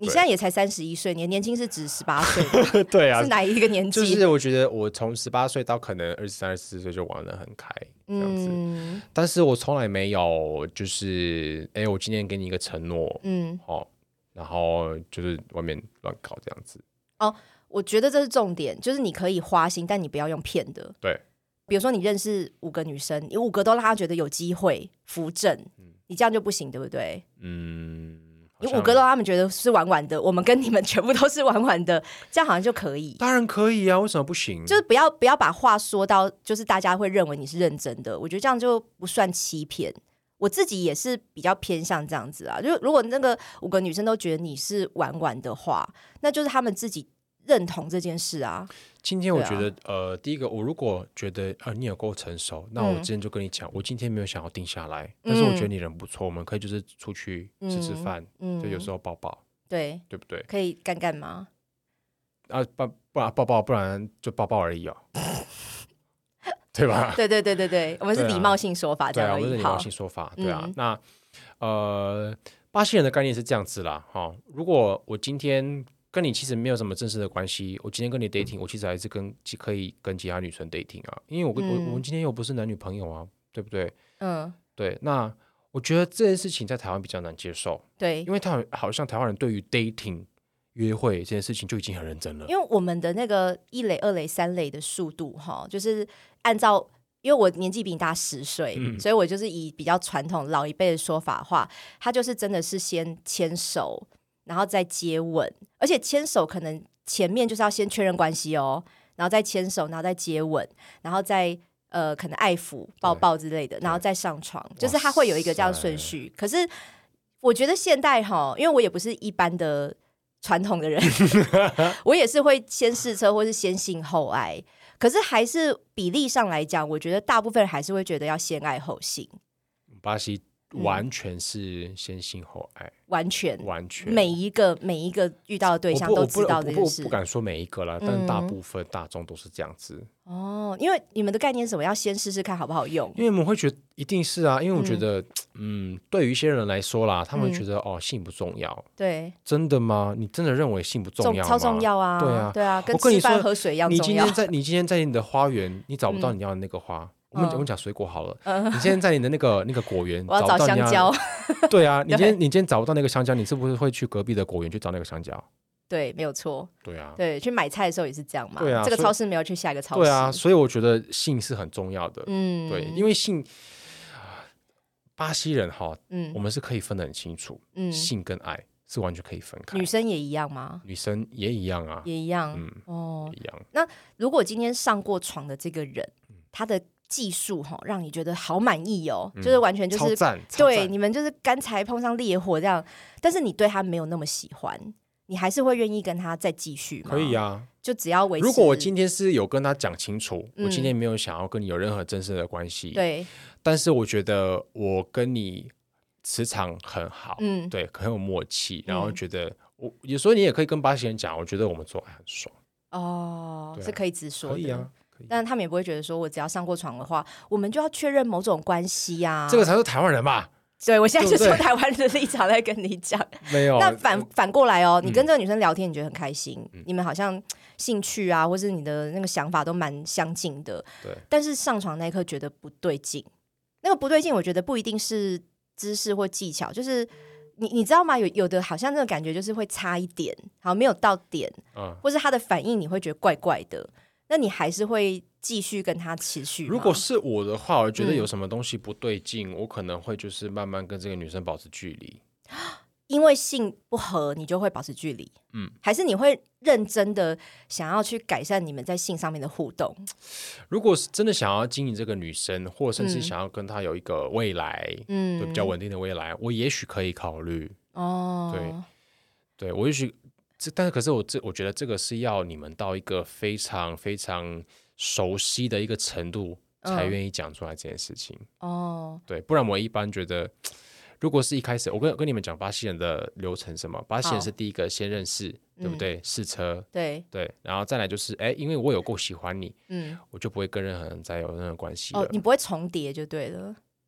你现在也才三十一岁，你的年轻是指十八岁对啊， 是哪一个年纪？ 就是我觉得我从十八岁到可能二十三、二十四岁就玩得很开这样子，嗯、但是我从来没有就是哎，我今天给你一个承诺，嗯，哦，然后就是外面乱搞这样子。 哦，我觉得这是重点，就是你可以花心，但你不要用骗的。 对， 比如说你认识五个女生，你五个都让她觉得有机会扶正，嗯、你这样就不行，对不对？嗯。你五个都让他们觉得是玩玩的，我们跟你们全部都是玩玩的，这样好像就可以。 当然可以啊，为什么不行？ 就是不要不要把话说到，就是大家会认为你是认真的。我觉得这样就不算欺骗。我自己也是比较偏向这样子啊。就如果那个五个女生都觉得你是玩玩的话，那就是他们自己认同这件事啊。 今天我觉得，啊、呃，第一个，我如果觉得呃你有够成熟，那我之前就跟你讲，嗯、我今天没有想要定下来，但是我觉得你人不错，我们可以就是出去吃吃饭，嗯、就有时候抱抱， 对对不对？ 可以干干吗？ 啊，不不然抱抱，不然就抱抱而已哦，对吧？ 对对对对对，我们是礼貌性说法，这样而已。 对啊，我们是礼貌性说法，对啊。嗯、那呃，巴西人的概念是这样子啦，哈、哦，如果我今天跟你其实没有什么正式的关系，我今天跟你 dating， 我其实还是跟可以跟其他女生 dating 啊，因为我跟、嗯、我我们今天又不是男女朋友啊，对不对？嗯，对。那我觉得这件事情在台湾比较难接受， 对， 因为他好像台湾人对于 dating 约会这件事情就已经很认真了， 因为我们的那个一垒、二垒、三垒的速度哈，就是按照。因为我年纪比你大十岁、嗯，所以我就是以比较传统老一辈的说法的话，他就是真的是先牵手，然后再接吻，而且牵手可能前面就是要先确认关系哦，然后再牵手，然后再接吻，然后再呃可能爱抚、抱抱之类的，然后再上床，就是他会有一个这样顺序。可是我觉得现代哈，因为我也不是一般的传统的人，我也是会先试车或是先性后爱。可是还是比例上来讲，我觉得大部分人还是会觉得要先爱后性。 巴西完全是先性后爱，嗯、 完全完全每一个每一个遇到的对象都知道这件事。 我 不, 我不, 我不敢说每一个啦，嗯、但大部分大众都是这样子。 哦，因为你们的概念是什么？要先试试看好不好用？ 因为我们会觉得一定是啊，因为我觉得，嗯，嗯对于一些人来说啦，他们会觉得、嗯、哦，性不重要。 对，真的吗？你真的认为性不重要吗？ 超重要啊！对啊，对啊，跟吃饭喝水一样重要。 你今天在你今天在你的花园，你找不到你要的那个花。嗯我们我们讲水果好了，嗯、你现在在你的那个那个果园， 我要找香蕉。 对啊，你今天你今天找不到那个香蕉，你是不是会去隔壁的果园去找那个香蕉？ 对，没有错。 对啊， 对，去买菜的时候也是这样嘛。 对啊， 这个超市没有去下一个超市。 对啊，所以我觉得性是很重要的。嗯，对，因为性，巴西人哈，嗯，我们是可以分得很清楚，嗯，性跟爱是完全可以分开。 女生也一样吗？ 女生也一样啊， 也一样。 嗯，哦，一样。 那如果今天上过床的这个人，他的技术让你觉得好满意哦、嗯，就是完全就是超赞， 对，你们就是干柴碰上烈火这样，但是你对他没有那么喜欢，你还是会愿意跟他再继续吗？ 可以啊， 就只要维持。 如果我今天是有跟他讲清楚、嗯，我今天没有想要跟你有任何正式的关系， 对， 但是我觉得我跟你磁场很好，嗯，对，很有默契，然后觉得、嗯、我有时候你也可以跟巴西人讲，我觉得我们做爱很爽哦、啊，是可以直说的， 可以啊。 但他们也不会觉得说我只要上过床的话，我们就要确认某种关系啊， 这个才是台湾人吧？ 对，我现在就从台湾人的立场在跟你讲。 没有。 那反反过来哦，你跟这个女生聊天，你觉得很开心、嗯，你们好像兴趣啊，或是你的那个想法都蛮相近的。 对。 但是上床那一刻觉得不对劲，那个不对劲，我觉得不一定是知识或技巧，就是你你知道吗？有有的好像那个感觉就是会差一点，好没有到点，嗯，或是他的反应你会觉得怪怪的。那你还是会继续跟他持续吗？ 如果是我的话，我觉得有什么东西不对劲、嗯、我可能会就是慢慢跟这个女生保持距离。 因为性不合你就会保持距离？嗯，还是你会认真的想要去改善你们在性上面的互动？ 如果是真的想要经营这个女生，或甚至想要跟她有一个未来，嗯，对，比较稳定的未来，我也许可以考虑。哦，对，对我也许。但是可是我这我觉得这个是要你们到一个非常非常熟悉的一个程度才愿意讲出来这件事情哦、嗯。对，不然我一般觉得，如果是一开始我跟跟你们讲巴西人的流程什么，巴西人是第一个先认识，对不对？试车， 对对，然后再来就是哎，因为我有够喜欢你，嗯，我就不会跟任何人再有任何关系了。 哦，你不会重叠就对了。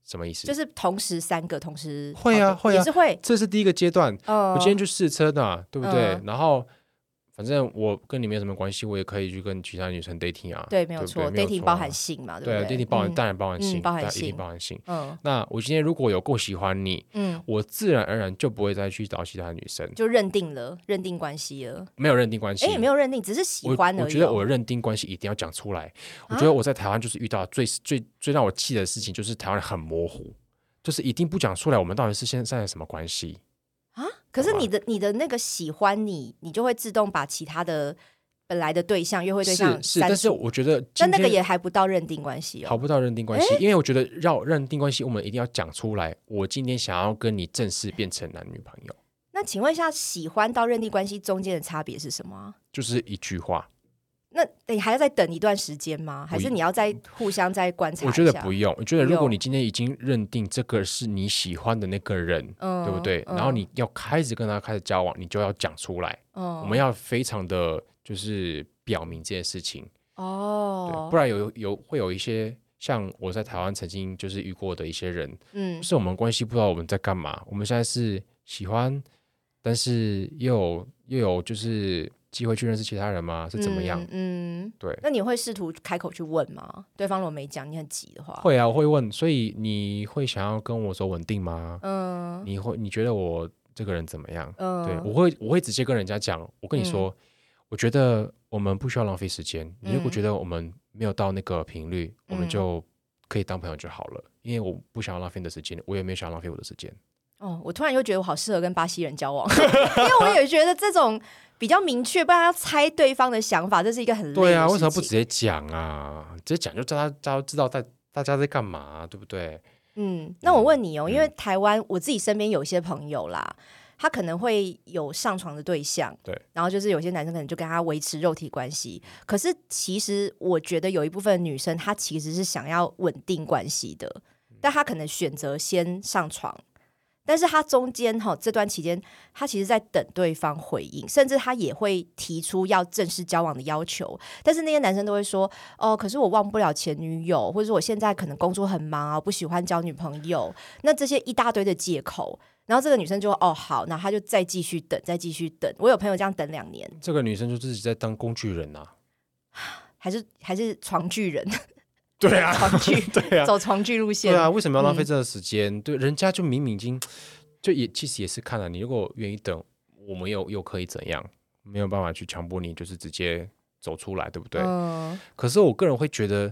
什么意思？ 就是同时三个同时会啊会啊， 也是会， 这是第一个阶段。 哦、 我今天去试车的，对不对？ 嗯、 然后反正我跟你没有什么关系，我也可以去跟其他女生 dating 啊。 对，没有错 ，dating 包含性嘛，对不对？ 对 ，dating 包含、 嗯、 当然包含性， 嗯、包含性， 一定包含性。 嗯， 那我今天如果有够喜欢你，嗯，我自然而然就不会再去找其他女生， 就认定了，认定关系了。 没有认定关系， 哎，没有认定，只是喜欢而已、哦我。我觉得我认定关系一定要讲出来。我觉得我在台湾就是遇到最、啊、最最让我气的事情，就是台湾很模糊，就是一定不讲出来，我们到底是现在什么关系。 啊！可是你的你的那个喜欢你，你就会自动把其他的本来的对象、约会对象是是，但是我觉得， 但那个也还不到认定关系哦， 还不到认定关系，因为我觉得要认定关系，我们一定要讲出来。我今天想要跟你正式变成男女朋友。 那请问一下，喜欢到认定关系中间的差别是什么、啊？ 就是一句话。 那你还要再等一段时间吗？还是你要再互相再观察一下？ 我觉得不用。我觉得如果你今天已经认定这个是你喜欢的那个人， 嗯、 对不对、嗯？然后你要开始跟他开始交往，你就要讲出来。嗯、我们要非常的就是表明这件事情哦，不然有有会有一些像我在台湾曾经就是遇过的一些人，嗯，是我们关系不知道我们在干嘛。我们现在是喜欢，但是又有又有就是机会去认识其他人吗？是怎么样？ 嗯，嗯对。 那你会试图开口去问吗？对方如果没讲，你很急的话， 会啊，我会问。所以你会想要跟我说稳定吗？嗯，你会你觉得我这个人怎么样？嗯，对我会我会直接跟人家讲，我跟你说、嗯，我觉得我们不需要浪费时间。你如果觉得我们没有到那个频率、嗯，我们就可以当朋友就好了。因为我不想要浪费你的时间，我也没有想要浪费我的时间。 哦，我突然又觉得我好适合跟巴西人交往，因为我也觉得这种比较明确，不然要猜对方的想法，这是一个很累的事情。 对啊，为什么不直接讲啊？直接讲就大家大家知道大大家在干嘛、啊，对不对？ 嗯，那我问你哦，嗯、因为台湾我自己身边有一些朋友啦，他可能会有上床的对象， 对， 然后就是有些男生可能就跟他维持肉体关系，可是其实我觉得有一部分女生她其实是想要稳定关系的，但她可能选择先上床。但是他中间哈这段期间，他其实在等对方回应，甚至他也会提出要正式交往的要求。但是那些男生都会说：“哦，可是我忘不了前女友，或者说我现在可能工作很忙啊，我不喜欢交女朋友。”那这些一大堆的借口，然后这个女生就哦好，那他就再继续等，再继续等。我有朋友这样等两年， 这个女生就自己在当工具人啊， 还是还是床具人。 对啊， 床具对啊， 走床具路线。 对啊，为什么要浪费这个时间、嗯？对，人家就明明已经就也其实也是看了，你如果愿意等，我们又又可以怎样？没有办法去强迫你，就是直接走出来，对不对？嗯、可是我个人会觉得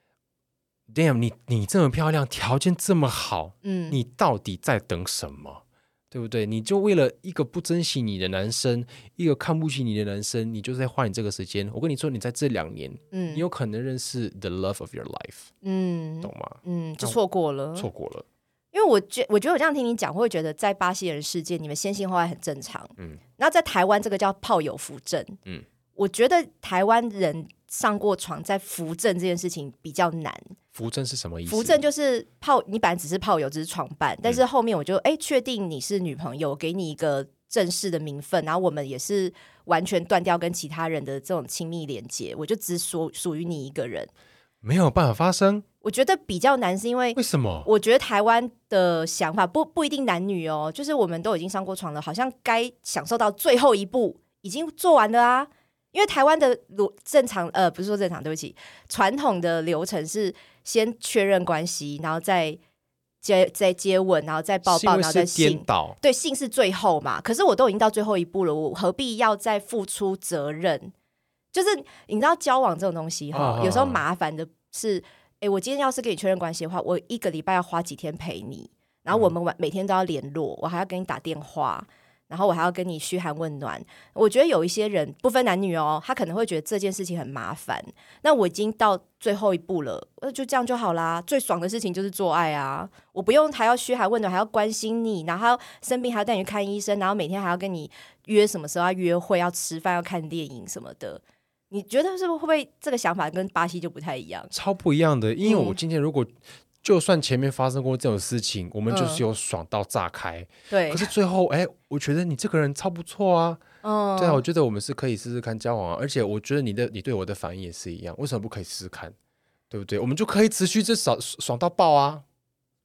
，damn， 你你这么漂亮，条件这么好，嗯，你到底在等什么？对不对？你就为了一个不珍惜你的男生，一个看不起你的男生，你就在花你这个时间。我跟你说，你在这两年，嗯，你有可能认识 the love of your life， 嗯，懂吗？ 嗯，就错过了， 错过了。 因为我觉我觉得我这样听你讲，我会觉得在巴西人世界，你们先性后爱很正常，嗯，然后在台湾这个叫炮友扶正，嗯，我觉得台湾人上过床在扶正这件事情比较难。 扶正是什么意思？ 扶正就是炮，你本来只是炮友，只是床伴，但是后面我就哎确定你是女朋友，给你一个正式的名分，然后我们也是完全断掉跟其他人的这种亲密连接，我就只属属于你一个人， 没有办法发生。 我觉得比较难，是因为为什么？ 我觉得台湾的想法不不一定男女哦，就是我们都已经上过床了，好像该享受到最后一步已经做完了啊。因为台湾的正常呃不是说正常，对不起，传统的流程是先确认关系，然后再接再接吻，然后再抱抱，然后再性。对，性是最后嘛。可是我都已经到最后一步了，我何必要再付出责任？就是你知道交往这种东西哈、哦，有时候麻烦的是，哎，我今天要是跟你确认关系的话，我一个礼拜要花几天陪你，然后我们每天都要联络，我还要跟你打电话。然后我还要跟你嘘寒问暖，我觉得有一些人不分男女哦，他可能会觉得这件事情很麻烦。那我已经到最后一步了，就这样就好啦。最爽的事情就是做爱啊，我不用还要嘘寒问暖，还要关心你，然后还要生病还要带你去看医生，然后每天还要跟你约什么时候要约会、要吃饭、要看电影什么的。你觉得是不是会不会这个想法跟巴西就不太一样？ 超不一样的，因为我今天如果、嗯就算前面发生过这种事情，我们就是有爽到炸开、嗯、对。可是最后哎，我觉得你这个人超不错啊、嗯、对啊，我觉得我们是可以试试看交往啊，而且我觉得你的你对我的反应也是一样，为什么不可以试试看，对不对？我们就可以持续这爽爽到爆啊。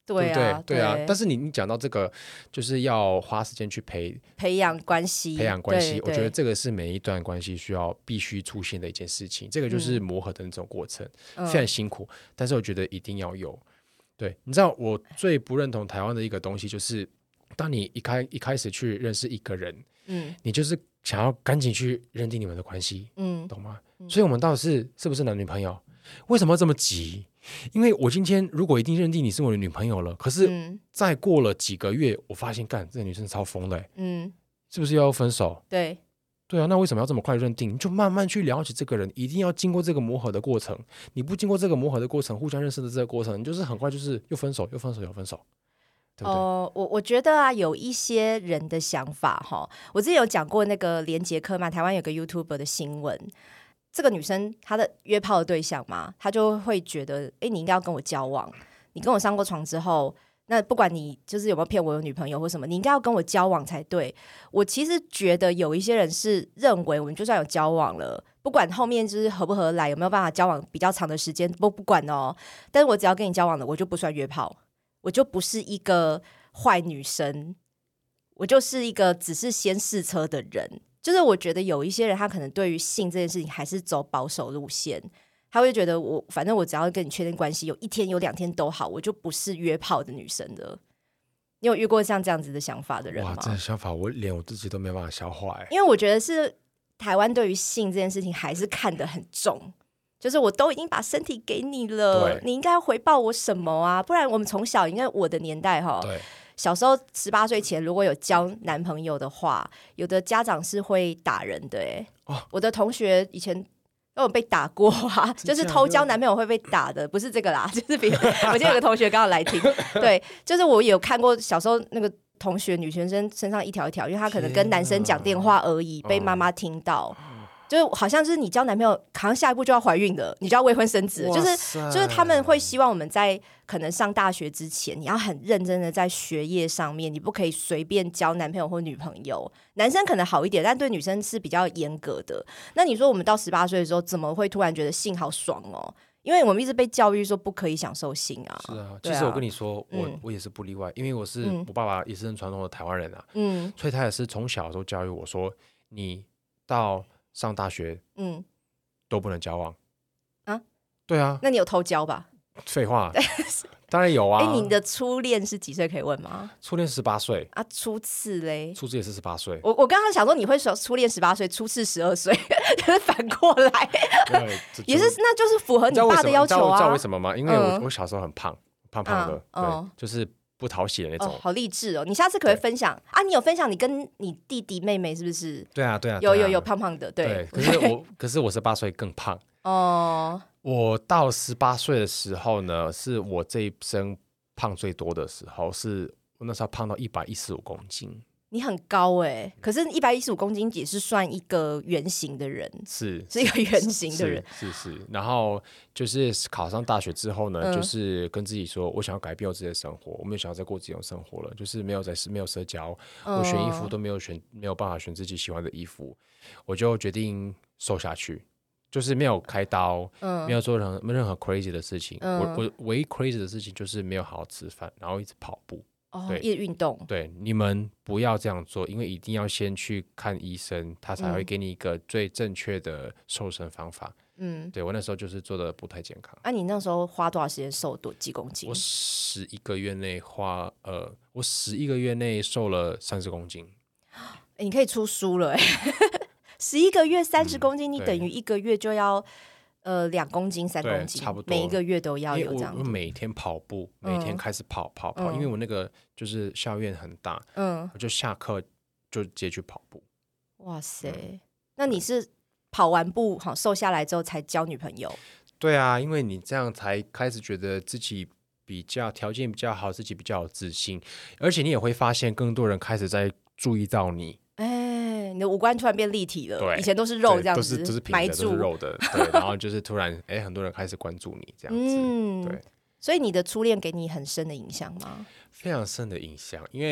对啊， 对对啊。但是你你讲到这个，就是要花时间去培培养关系， 培养关系， 我觉得这个是每一段关系需要必须出现的一件事情。这个就是磨合的那种过程，嗯、非常辛苦，但是我觉得一定要有。对，你知道我最不认同台湾的一个东西，就是当你一开一开始去认识一个人，嗯，你就是想要赶紧去认定你们的关系，嗯，懂吗？嗯、所以我们到底是是不是男女朋友？为什么要这么急？因为我今天如果一定认定你是我的女朋友了，可是再过了几个月，我发现干这个女生超疯的、欸，嗯，是不是要分手？ 对， 对啊，那为什么要这么快认定？你就慢慢去了解这个人，一定要经过这个磨合的过程。你不经过这个磨合的过程，互相认识的这个过程，你就是很快就是又分手，又分手，又分手。对不对？ 哦、我我觉得啊，有一些人的想法哈，我之前有讲过那个连杰克曼，台湾有个 YouTuber 的新闻。这个女生她的约炮的对象嘛，她就会觉得，哎，你应该要跟我交往。你跟我上过床之后，那不管你就是有没有骗我有女朋友或什么，你应该要跟我交往才对。我其实觉得有一些人是认为，我们就算有交往了，不管后面就是合不合来，有没有办法交往比较长的时间，不不管哦。但是我只要跟你交往了，我就不算约炮，我就不是一个坏女生，我就是一个只是先试车的人。就是我觉得有一些人他可能对于性这件事情还是走保守路线，他会觉得我反正我只要跟你确定关系，有一天有两天都好，我就不是约炮的女生的。你有遇过像这样子的想法的人吗？ 哇，这个想法我连我自己都没办法消化。 因为我觉得是台湾对于性这件事情还是看得很重，就是我都已经把身体给你了，你应该要回报我什么啊？不然我们从小因为我的年代哈，对。小时候十八岁前如果有交男朋友的话，有的家长是会打人的哎、欸哦，我的同学以前都有被打过啊，就是偷交男朋友会被打的，不是这个啦，就是别人。我记得有个同学刚好来听，对，就是我有看过小时候那个同学女学生身上一条一条，因为她可能跟男生讲电话而已，被妈妈听到。就是好像就是你交男朋友，好像下一步就要怀孕了，你就要未婚生子了，就是就是他们会希望我们在可能上大学之前，你要很认真的在学业上面，你不可以随便交男朋友或女朋友。男生可能好一点，但对女生是比较严格的。那你说我们到十八岁的时候，怎么会突然觉得性好爽哦？因为我们一直被教育说不可以享受性啊。 是啊，其实我跟你说，啊、我、嗯、我也是不例外，因为我是、嗯、我爸爸也是很传统的台湾人啊，嗯，所以他也是从小都教育我说，你到上大学，嗯，都不能交往啊？ 对啊， 那你有偷交吧？ 废话，当然有啊。 哎，你的初恋是几岁可以问吗？ 初恋十八岁啊，初次嘞？ 初次也是十八岁。 我我刚刚想说你会说初恋十八岁，初次十二岁，就是反过来，也是那就是符合你爸的要求啊。 你知道为什么吗？因为我、嗯、我小时候很胖，胖胖的，嗯、对，嗯、就是不讨喜的那种、 哦。好励志哦！你下次可不可以分享啊？你有分享你跟你弟弟妹妹是不是？ 对啊，对啊， 有有有胖胖的，对。 对，可是我可是我十八岁更胖哦。我到十八岁的时候呢，是我这一生胖最多的时候，是我那时候胖到一百一十五公斤。 你很高哎、欸，可是一百一十五公斤也是算一个圆形的人， 是是一个圆形的人， 是 是, 是。然后就是考上大学之后呢，嗯、就是跟自己说，我想要改变我自己的生活，我没有想要再过这种生活了，就是没有在没有社交，嗯、我选衣服都没有选，没有办法选自己喜欢的衣服，我就决定瘦下去。就是没有开刀，嗯、没有做任何任何 crazy 的事情。嗯、我我唯一 crazy 的事情就是没有好好吃饭，然后一直跑步。 哦，一直运动。 对，你们不要这样做，因为一定要先去看医生，他才会给你一个最正确的瘦身方法。嗯，对我那时候就是做的不太健康。 那、啊、你那时候花多少时间瘦多几公斤？ 我十一个月内花呃，我十一个月内瘦了三十公斤。 欸、你可以出书了哎、欸。十一个月三十公斤、嗯，你等于一个月就要呃两公斤、三公斤， 差不多， 每一个月都要有这样子。 我每天跑步，每天开始跑、嗯、跑跑，因为我那个就是校院很大，嗯，我就下课就直接去跑步。 哇塞，嗯、那你是跑完步好瘦下来之后才交女朋友？ 对啊，因为你这样才开始觉得自己比较条件比较好，自己比较有自信，而且你也会发现更多人开始在注意到你。 哎，你的五官突然变立体了，以前都是肉这样子， 都是都是平的，都是肉的，对，然后就是突然，哎，很多人开始关注你这样子，嗯，对。 所以你的初恋给你很深的影响吗？ 非常深的影响，因为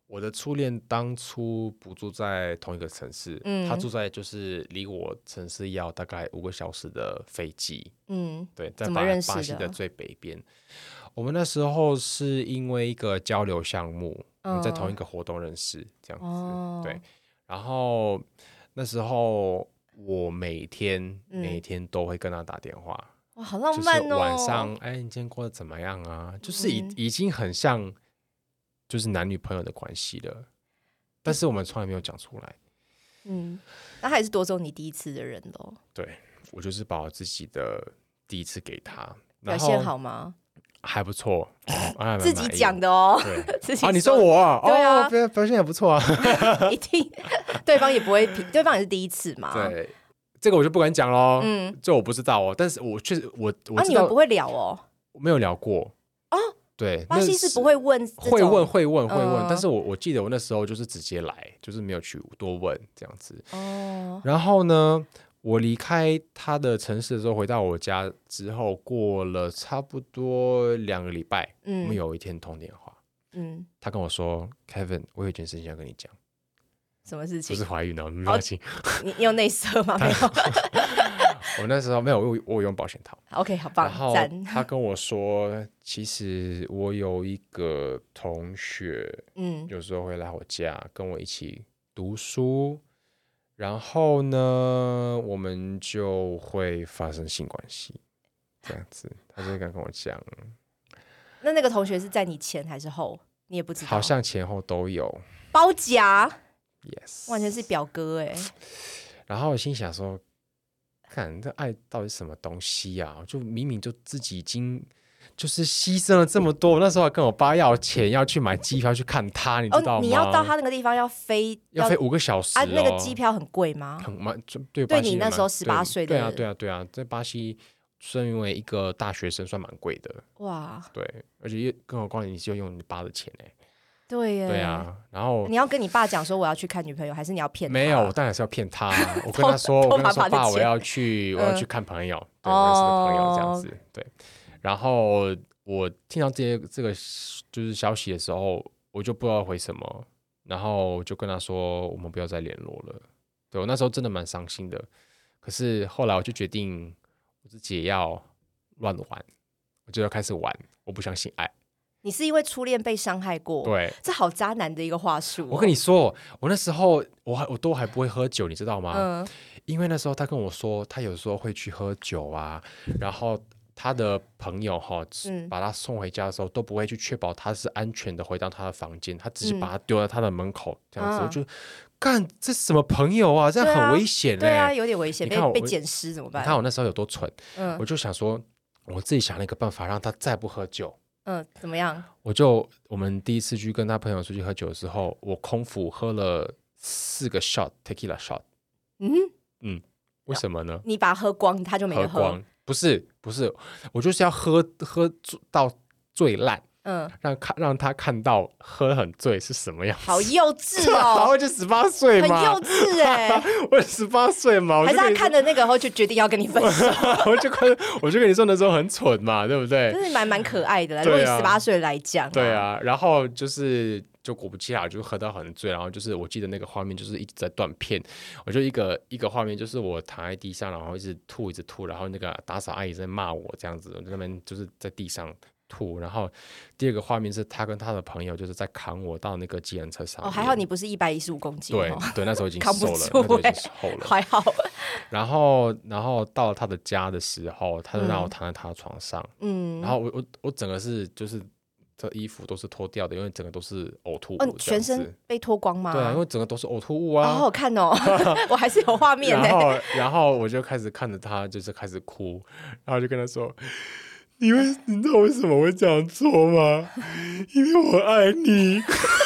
我的初恋当初不住在同一个城市，嗯、他住在就是离我城市要大概五个小时的飞机，嗯，对，在巴巴西的最北边。我们那时候是因为一个交流项目，我们在同一个活动认识，这样子，哦、对。然后那时候我每天、嗯、每天都会跟他打电话， 哇，好浪漫哦！ 就是晚上，哎，你今天过得怎么样啊？就是已、嗯、已经很像。就是男女朋友的关系了，但是我们从来没有讲出来。 嗯，那还是夺走你第一次的人咯。 对，我就是把我自己的第一次给他。 表现好吗？ 还不错， 自己讲的哦。 对， 自己啊，你说我啊？ 对啊， 哦、表现也不错啊。 一定，对方也不会，对方也是第一次嘛。 对，这个我就不敢讲咯。嗯，这我不知道哦，但是我确实我我知道、啊、 你们不会聊哦？ 我没有聊过哦。 对， 巴西是不会问， 会问会问会问、嗯，但是我我记得我那时候就是直接来，就是没有去多问这样子。哦。然后呢，我离开他的城市的时候，回到我家之后，过了差不多两个礼拜，嗯，我们有一天通电话，嗯，他跟我说 ，Kevin， 我有一件事情要跟你讲。 什么事情？ 不是怀孕了，没关系。 你你有内射吗？没有。 我那时候没有，我我有用保险套。 OK， 好棒。 然后他跟我说，其实我有一个同学，嗯，有时候会来我家跟我一起读书，然后呢，我们就会发生性关系，这样子。他就敢跟我讲。 那那个同学是在你前还是后？你也不知道。 好像前后都有。 包夹。 Yes。 完全是表哥哎、欸。 然后我心想说。看这爱到底什么东西啊？就明明就自己已经就是牺牲了这么多，我那时候还跟我爸要钱，要去买机票去看他，你知道吗？ 哦、你要到他那个地方要飞， 要飞五个小时、哦、 啊？那个机票很贵吗？ 很蛮对， 对你那时候十八岁的， 对啊，对啊，对啊，在巴西身为一个大学生算蛮贵的哇。对，而且更何况你是用你爸的钱哎、欸。 对耶， 对啊，然后你要跟你爸讲说我要去看女朋友，还是你要骗他？ 没有，我当然是要骗他。我跟他说，我跟他说，爸，我要去，我要去看朋友，嗯、对，我认识的朋友这样子。对，然后我听到这些这个就是消息的时候，我就不知道回什么，然后就跟他说，我们不要再联络了。对，我那时候真的蛮伤心的，可是后来我就决定我自己也要乱玩，我就要开始玩，我不相信爱。 你是因为初恋被伤害过？ 对， 这好渣男的一个话术、哦。 我跟你说，我那时候我还我都还不会喝酒，你知道吗？嗯，因为那时候他跟我说，他有时候会去喝酒啊，然后他的朋友哈、嗯，把他送回家的时候都不会去确保他是安全的回到他的房间，他直接把他丢在他的门口、嗯、这样子，我就干这什么朋友啊，这样很危险、欸、 对啊，有点危险，被被捡尸怎么办？ 你看我那时候有多蠢，嗯，我就想说，我自己想了一个办法，让他再不喝酒。 嗯，怎么样？ 我就我们第一次去跟他朋友出去喝酒的时候，我空腹喝了四个 shot tequila shot。嗯嗯，为什么呢？ 你把它喝光，他就没得喝。 喝光？不是不是，我就是要喝喝到最烂。嗯，让看让他看到喝很醉是什么样子。 好幼稚哦！ 我就十八岁嘛， 很幼稚哎、欸。 我十八岁嘛， 还是他看的那个后就决定要跟你分手？ 我就跟我就跟你说那时候很蠢嘛，对不对？ 真是蛮蛮可爱的啦。如果以十八岁来讲、啊， 对啊。然后就是就果不其然，就喝到很醉，然后就是我记得那个画面就是一直在断片，我就一个一个画面就是我躺在地上，然后一直吐一直吐，然后那个打扫阿姨在骂我这样子，我在那边就是在地上。吐，然后第二个画面是他跟他的朋友就是在扛我到那个计程车上面。 哦，还好你不是一百一十五公斤。 对、哦、对，那时候已经瘦了， 扛不住、欸、 那时候已经瘦了， 还好。 然后，然后到了他的家的时候，他就让我躺在他的床上，嗯，然后我我我整个是就是这衣服都是脱掉的，因为整个都是呕吐物、哦， 全身被脱光吗？ 对啊，因为整个都是呕吐物啊， 好好看哦，我还是有画面、欸。 然后，然后我就开始看着他，就是开始哭，然后就跟他说。你为你知道为什么会这样做吗？因为我爱你。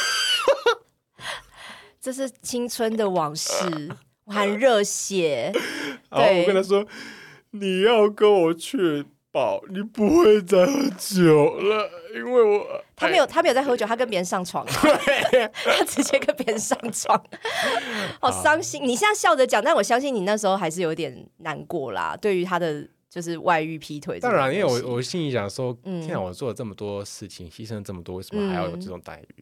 这是青春的往事，我很热血。 然后我跟他说：“你要跟我确保你不会再喝酒了，因为我…… 他没有，他没有在喝酒，他跟别人上床、啊，他直接跟别人上床，好伤心。你现在笑着讲，但我相信你那时候还是有点难过啦。对于他的。”就是外遇劈腿， 当然，因为我我心里想说，天啊，我做了这么多事情，牺牲了这么多，为什么还要有这种待遇？这样子，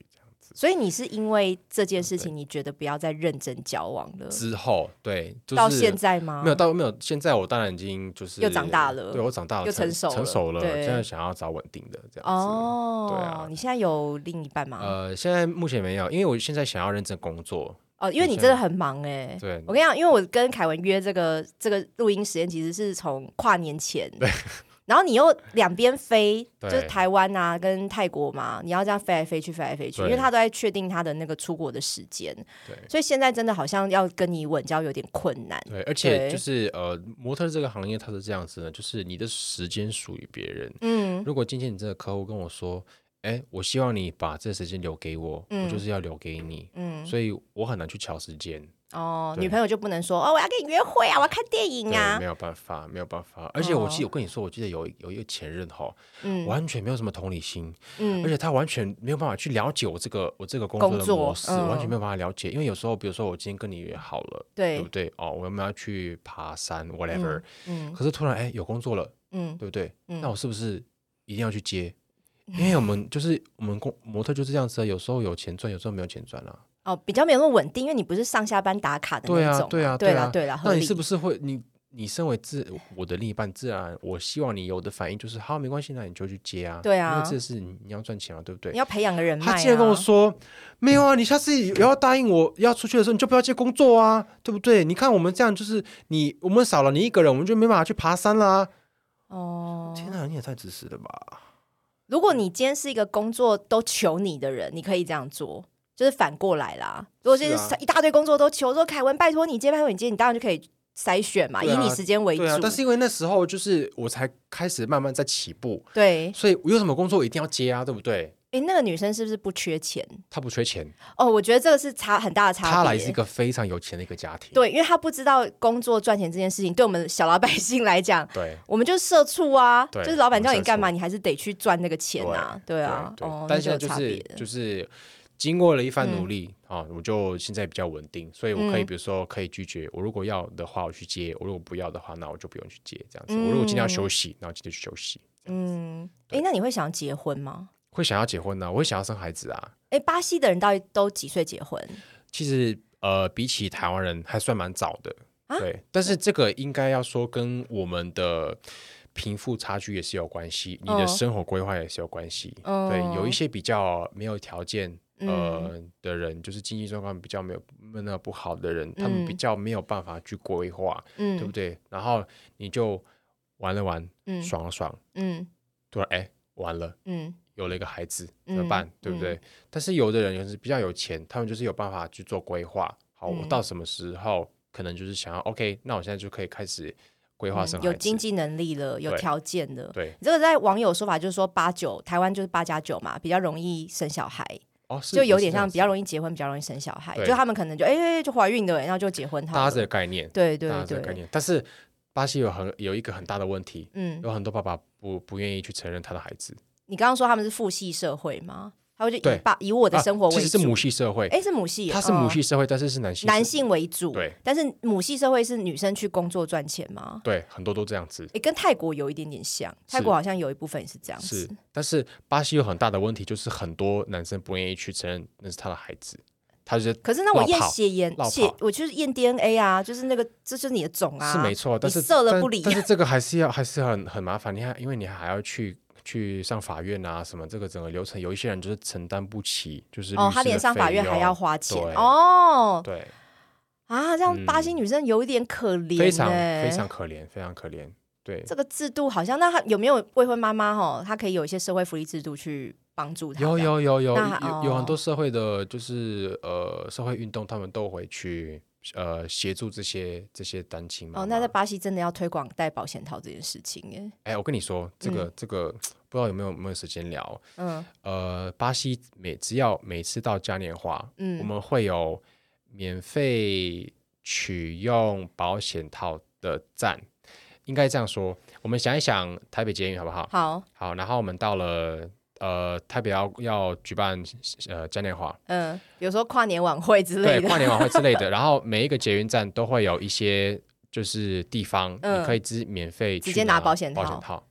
子。 所以你是因为这件事情，你觉得不要再认真交往了？ 之后，对，就是、 到现在吗？ 没有，到没有。现在我当然已经就是又长大了， 对我长大了， 又成熟了， 成熟了。现在想要找稳定的这样子。哦，对啊。 你现在有另一半吗？ 呃，现在目前没有，因为我现在想要认真工作。 哦，因为你真的很忙哎、欸。 对， 我跟你讲，因为我跟凯文约这个这个录音时间，其实是从跨年前。对。然后你又两边飞，就是台湾啊跟泰国嘛，你要这样飞来飞去，飞来飞去，因为他都在确定他的那个出国的时间。对。所以现在真的好像要跟你稳交有点困难。 对，而且就是呃，模特这个行业它是这样子的，就是你的时间属于别人。嗯。如果今天你这个客户跟我说，哎，我希望你把这个时间留给我，嗯、我就是要留给你。嗯。所以我很难去调时间。 哦，女朋友就不能说哦，我要跟你约会啊，我要看电影啊， 没有办法，没有办法。而且我记得，我跟你说，我记得有有一个前任哈，嗯、完全没有什么同理心，嗯、而且他完全没有办法去了解我这个我这个工作的模式，嗯、完全没有办法了解。因为有时候，比如说我今天跟你约好了，对，对不对？哦，我们要去爬山 ，whatever，嗯，嗯可是突然哎有工作了，嗯，对不对？嗯、那我是不是一定要去接？因为我们就是我们工模特就是这样子，有时候有钱赚，有时候没有钱赚啊。 哦，比较没有那么稳定，因为你不是上下班打卡的那种、啊。 对啊， 对啊， 对啊， 那你是不是会你你身为自我的另一半，自然我希望你有的反应就是好，没关系，那你就去接啊。 对啊， 因为这是你你要赚钱嘛，对不对？ 你要培养个人脉、啊。 他竟然跟我说没有啊，你下次也要答应我要出去的时候，你就不要接工作啊，对不对？你看我们这样就是你我们少了你一个人，我们就没办法去爬山啦。哦，天哪，你也太自私了吧！ 如果你今天是一个工作都求你的人，你可以这样做。就是反过来啦，如果现在一大堆工作都求说凯文拜托你接拜托你接，你当然就可以筛选嘛，啊、以你时间为主。 对啊，但是因为那时候就是我才开始慢慢在起步， 对， 所以有什么工作我一定要接啊，对不对？ 哎，那个女生是不是不缺钱？ 她不缺钱哦，我觉得这个是差很大的差别。 她来自一个非常有钱的一个家庭， 对，因为她不知道工作赚钱这件事情，对我们小老百姓来讲， 对， 我们就是社畜啊，就是老板叫你干嘛，你还是得去赚那个钱啊，对， 对啊， 对哦， 但现在就是就是。经过了一番努力、嗯啊、我就现在比较稳定，所以我可以比如说可以拒绝、嗯、我如果要的话我去接，我如果不要的话那我就不用去接这样子、嗯、我如果今天要休息那我今天去休息。嗯， 哎，那你会想要结婚吗？ 会想要结婚呢、啊，我会想要生孩子啊。 哎，巴西的人到底都几岁结婚？ 其实呃，比起台湾人还算蛮早的、啊、对，但是这个应该要说跟我们的贫富差距也是有关系，你的生活规划也是有关系、哦、对，有一些比较没有条件呃、嗯、的人，就是经济状况比较没有那么不好的人、嗯、他们比较没有办法去规划、嗯、对不对？然后你就玩了玩、嗯、爽了爽，嗯，突然哎完了，嗯，有了一个孩子怎么办、嗯、对不对、嗯、但是有的人就是比较有钱，他们就是有办法去做规划，好、嗯、我到什么时候可能就是想要 OK， 那我现在就可以开始规划生孩子、嗯、 有经济能力了，有条件的。 对， 这个在网友说法就是说八九，台湾就是八加九嘛，比较容易生小孩。 哦、 就有点像比较容易结婚，比较容易生小孩，就他们可能就哎、欸、就怀孕的，然后就结婚好了。 大家这个概念， 对对对， 这个概念。但是巴西有很有一个很大的问题，嗯，有很多爸爸不不愿意去承认他的孩子。 你刚刚说他们是父系社会吗？他会就以爸以我的生活为主， 啊、其实是母系社会。 哎，是母系， 它是母系社会，哦、但是是男性男性为主。 对， 但是母系社会是女生去工作赚钱吗？ 对，很多都这样子。 哎，跟泰国有一点点像，泰国好像有一部分也是这样子。 是，但是巴西有很大的问题，就是很多男生不愿意去承认那是他的孩子。他就是可是那我验血验血，我就是验 D N A 啊，就是那个这就是你的种啊， 是没错。但是射了不理， 但是这个还是要还是很很麻烦，你还因为你还要去。去上法院啊，什么这个整个流程，有一些人就是承担不起，就是哦，他连上法院还要花钱对哦， 对啊，这样巴西女生有一点可怜、欸嗯， 非常非常可怜，非常可怜。对， 这个制度好像那他有没有未婚妈妈哈？她可以有一些社会福利制度去帮助她。 有有有有有、哦、有很多社会的，就是呃社会运动，他们都会去。呃，协助这些这些单亲妈妈。 哦，那在巴西真的要推广戴保险套这件事情耶。 哎，我跟你说，这个、嗯、这个不知道有没有有没有时间聊。嗯，呃，巴西每只要每次到嘉年华，嗯，我们会有免费取用保险套的站，应该这样说。我们想一想台北捷运好不好？ 好， 好，然后我们到了。呃，台北要要举办呃嘉年华， 嗯，比如说跨年晚会之类的， 对，跨年晚会之类的。然后每一个捷运站都会有一些就是地方，嗯、你可以直免费直接拿保险套。 保险套，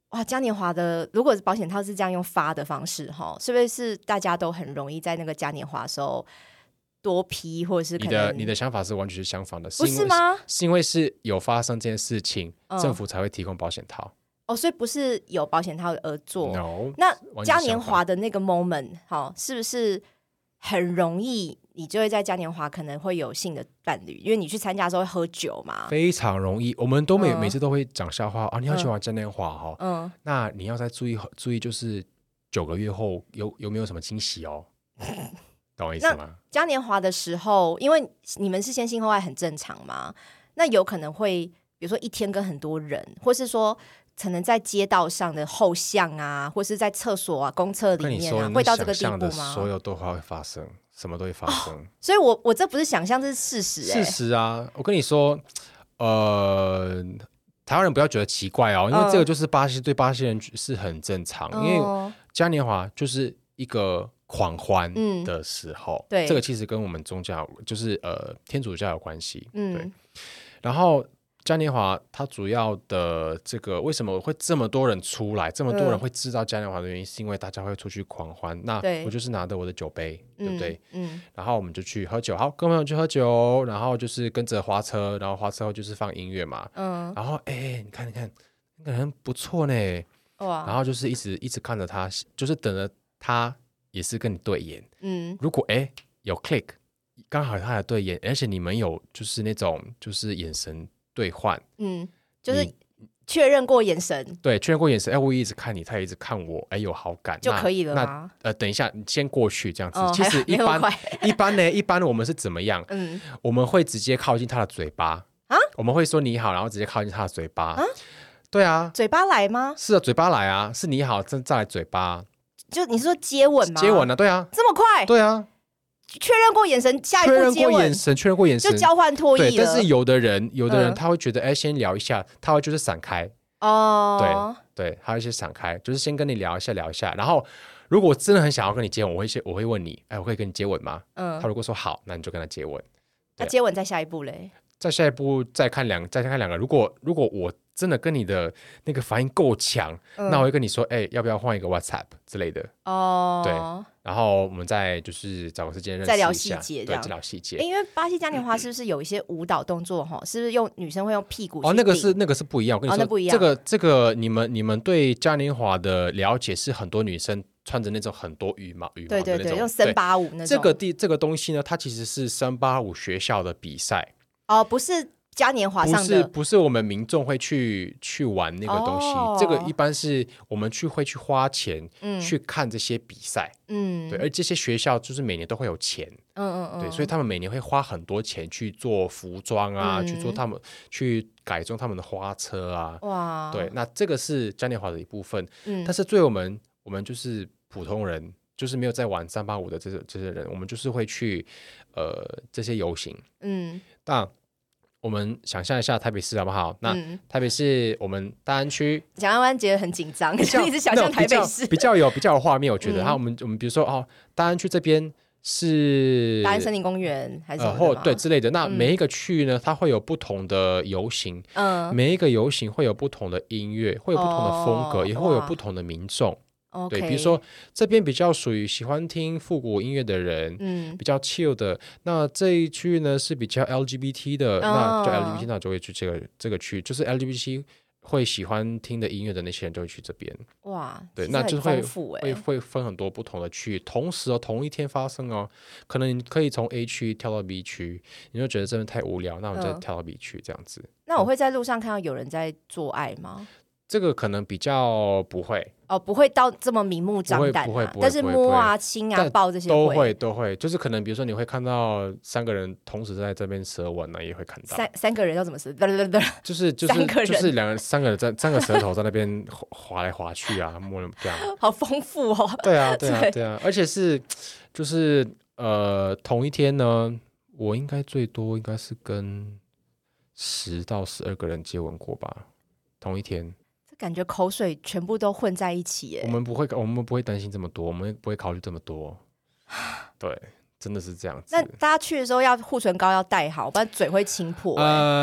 哇，嘉年华的如果保险套是这样用发的方式哈，是不是大家都很容易在那个嘉年华的时候多批，或者是可能你的你的想法是完全是相反的， 不是吗？ 是因为是有发生这件事情， 嗯、 政府才会提供保险套。 哦，所以不是有保险套而做。 No, 那嘉年华的那个 moment 哈，是不是很容易你就会在嘉年华可能会有性的伴侣？因为你去参加的时候会喝酒嘛， 非常容易。我们都每、 嗯、 每次都会讲笑话啊，你要去玩嘉年华哈、哦， 嗯， 那你要再注意注意，就是九个月后有有没有什么惊喜哦？懂我意思吗？ 嘉年华的时候，因为你们是先性后爱很正常嘛，那有可能会比如说一天跟很多人，或是说可能在街道上的后巷啊，或是在厕所啊、公厕里面啊，会到这个地步吗？ 所有都会发生，什么都会发生。哦、 所以我我这不是想象，这是事实、欸。 事实啊，我跟你说，呃，台湾人不要觉得奇怪哦，因为这个就是巴西、嗯、对巴西人是很正常， 嗯、 因为嘉年华就是一个狂欢的时候， 嗯、对， 这个其实跟我们宗教就是呃天主教有关系， 嗯， 对，然后。嘉年华它主要的这个为什么会这么多人出来，这么多人会知道嘉年华的原因，是因为大家会出去狂欢。那我就是拿着我的酒杯，对不对？嗯，然后我们就去喝酒，好，跟朋友去喝酒，然后就是跟着花车，然后花车后就是放音乐嘛，嗯，然后哎、欸，你看你看，那个人不错呢，哇，然后就是一直一直看着他，就是等着他也是跟你对眼，嗯，如果哎、欸、有 click， 刚好他的对眼，而且你们有就是那种就是眼神。兑换， 嗯，就是确认过眼神， 对，确认过眼神，哎，我一直看你，他也一直看我，哎，有好感就可以了吗？那呃，等一下，你先过去这样子。哦、其实一般一般呢，一般我们是怎么样？嗯，我们会直接靠近他的嘴巴啊，我们会说你好，然后直接靠近他的嘴巴啊。对啊， 嘴巴来吗？ 是啊，嘴巴来啊，是你好，再再来嘴巴。 就你是说接吻吗？ 接吻啊，对啊， 这么快？ 对啊。 确认过眼神，下一步接吻， 确认过眼神，确认过眼神， 就交换唾液了。 对，但是有的人，有的人他会觉得，哎、嗯，先聊一下，他会就是闪开。 哦， 对对，他会先闪开，就是先跟你聊一下，聊一下。然后，如果真的很想要跟你接吻，我会先我会问你，哎，我可以跟你接吻吗？嗯，他如果说好，那你就跟他接吻。 那接吻再下一步嘞？ 再下一步再看两，再看两个。如果如果我真的跟你的那个反应够强，嗯、那我会跟你说，哎，要不要换一个 WhatsApp 之类的？哦，对，然后我们再就是找个时间认识一下， 再聊细节， 对，再聊细节。 因为巴西嘉年华是不是有一些舞蹈动作？哈，是不是用女生会用屁股？ 哦，那个是那个是不一样。我跟你说， 哦、不一样。 这个这个你们你们对嘉年华的了解是很多女生穿着那种很多羽毛羽毛的那种， 对对对，用森巴舞那种。 这个地这个东西呢，它其实是森巴舞学校的比赛。 哦，不是。嘉年华上的不是不是我们民众会去去玩那个东西、哦，这个一般是我们去会去花钱、嗯、去看这些比赛，嗯，对，而这些学校就是每年都会有钱，嗯嗯嗯，对，所以他们每年会花很多钱去做服装啊，嗯、去做他们去改装他们的花车啊，哇，对，那这个是嘉年华的一部分，嗯，但是对我们我们就是普通人，就是没有在玩三八五的这些这些人，我们就是会去呃这些游行，嗯，但。我们想象一下台北市好不好？那台北市我们大安区， 蒋安湾觉得很紧张，就一直想象台北市比较有比较有画面，我觉得。然后、嗯、我们我们比如说哦，大安区这边是大安森林公园还是什么、呃、 或对之类的。那每一个区域呢，它会有不同的游行，嗯，每一个游行会有不同的音乐，会有不同的风格，哦、也会有不同的民众。对，比如说这边比较属于喜欢听复古音乐的人，嗯，比较 chill 的。那这一区呢是比较 L G B T 的，哦、那就 L G B T 那就会去这个这个区，就是 L G B T 会喜欢听的音乐的那些人就会去这边。 哇， 对，那就会会会分很多不同的区域，同时哦，同一天发生哦，可能你可以从 A 区跳到 B 区，你就觉得这边太无聊，那我们再跳到 B 区这样子。嗯、 那我会在路上看到有人在做爱吗？ 这个可能比较不会哦，不会到这么明目张胆、啊， 不会不会， 但是摸啊、亲啊、抱这些都会都会，就是可能比如说你会看到三个人同时在这边舌吻呢，也会看到三三个人要怎么舌？ 就是就是就是两个三个在三个舌头在那边滑来滑去啊，摸这样， 好丰富哦。 对啊对啊对啊，而且是就是呃同一天呢，我应该最多应该是跟十到十二个人接吻过吧，同一天。 感觉口水全部都混在一起耶。 我们不会，我们不会担心这么多，我们不会考虑这么多。对，真的是这样子。 那大家去的时候要护唇膏要戴好，不然嘴会清破。 呃，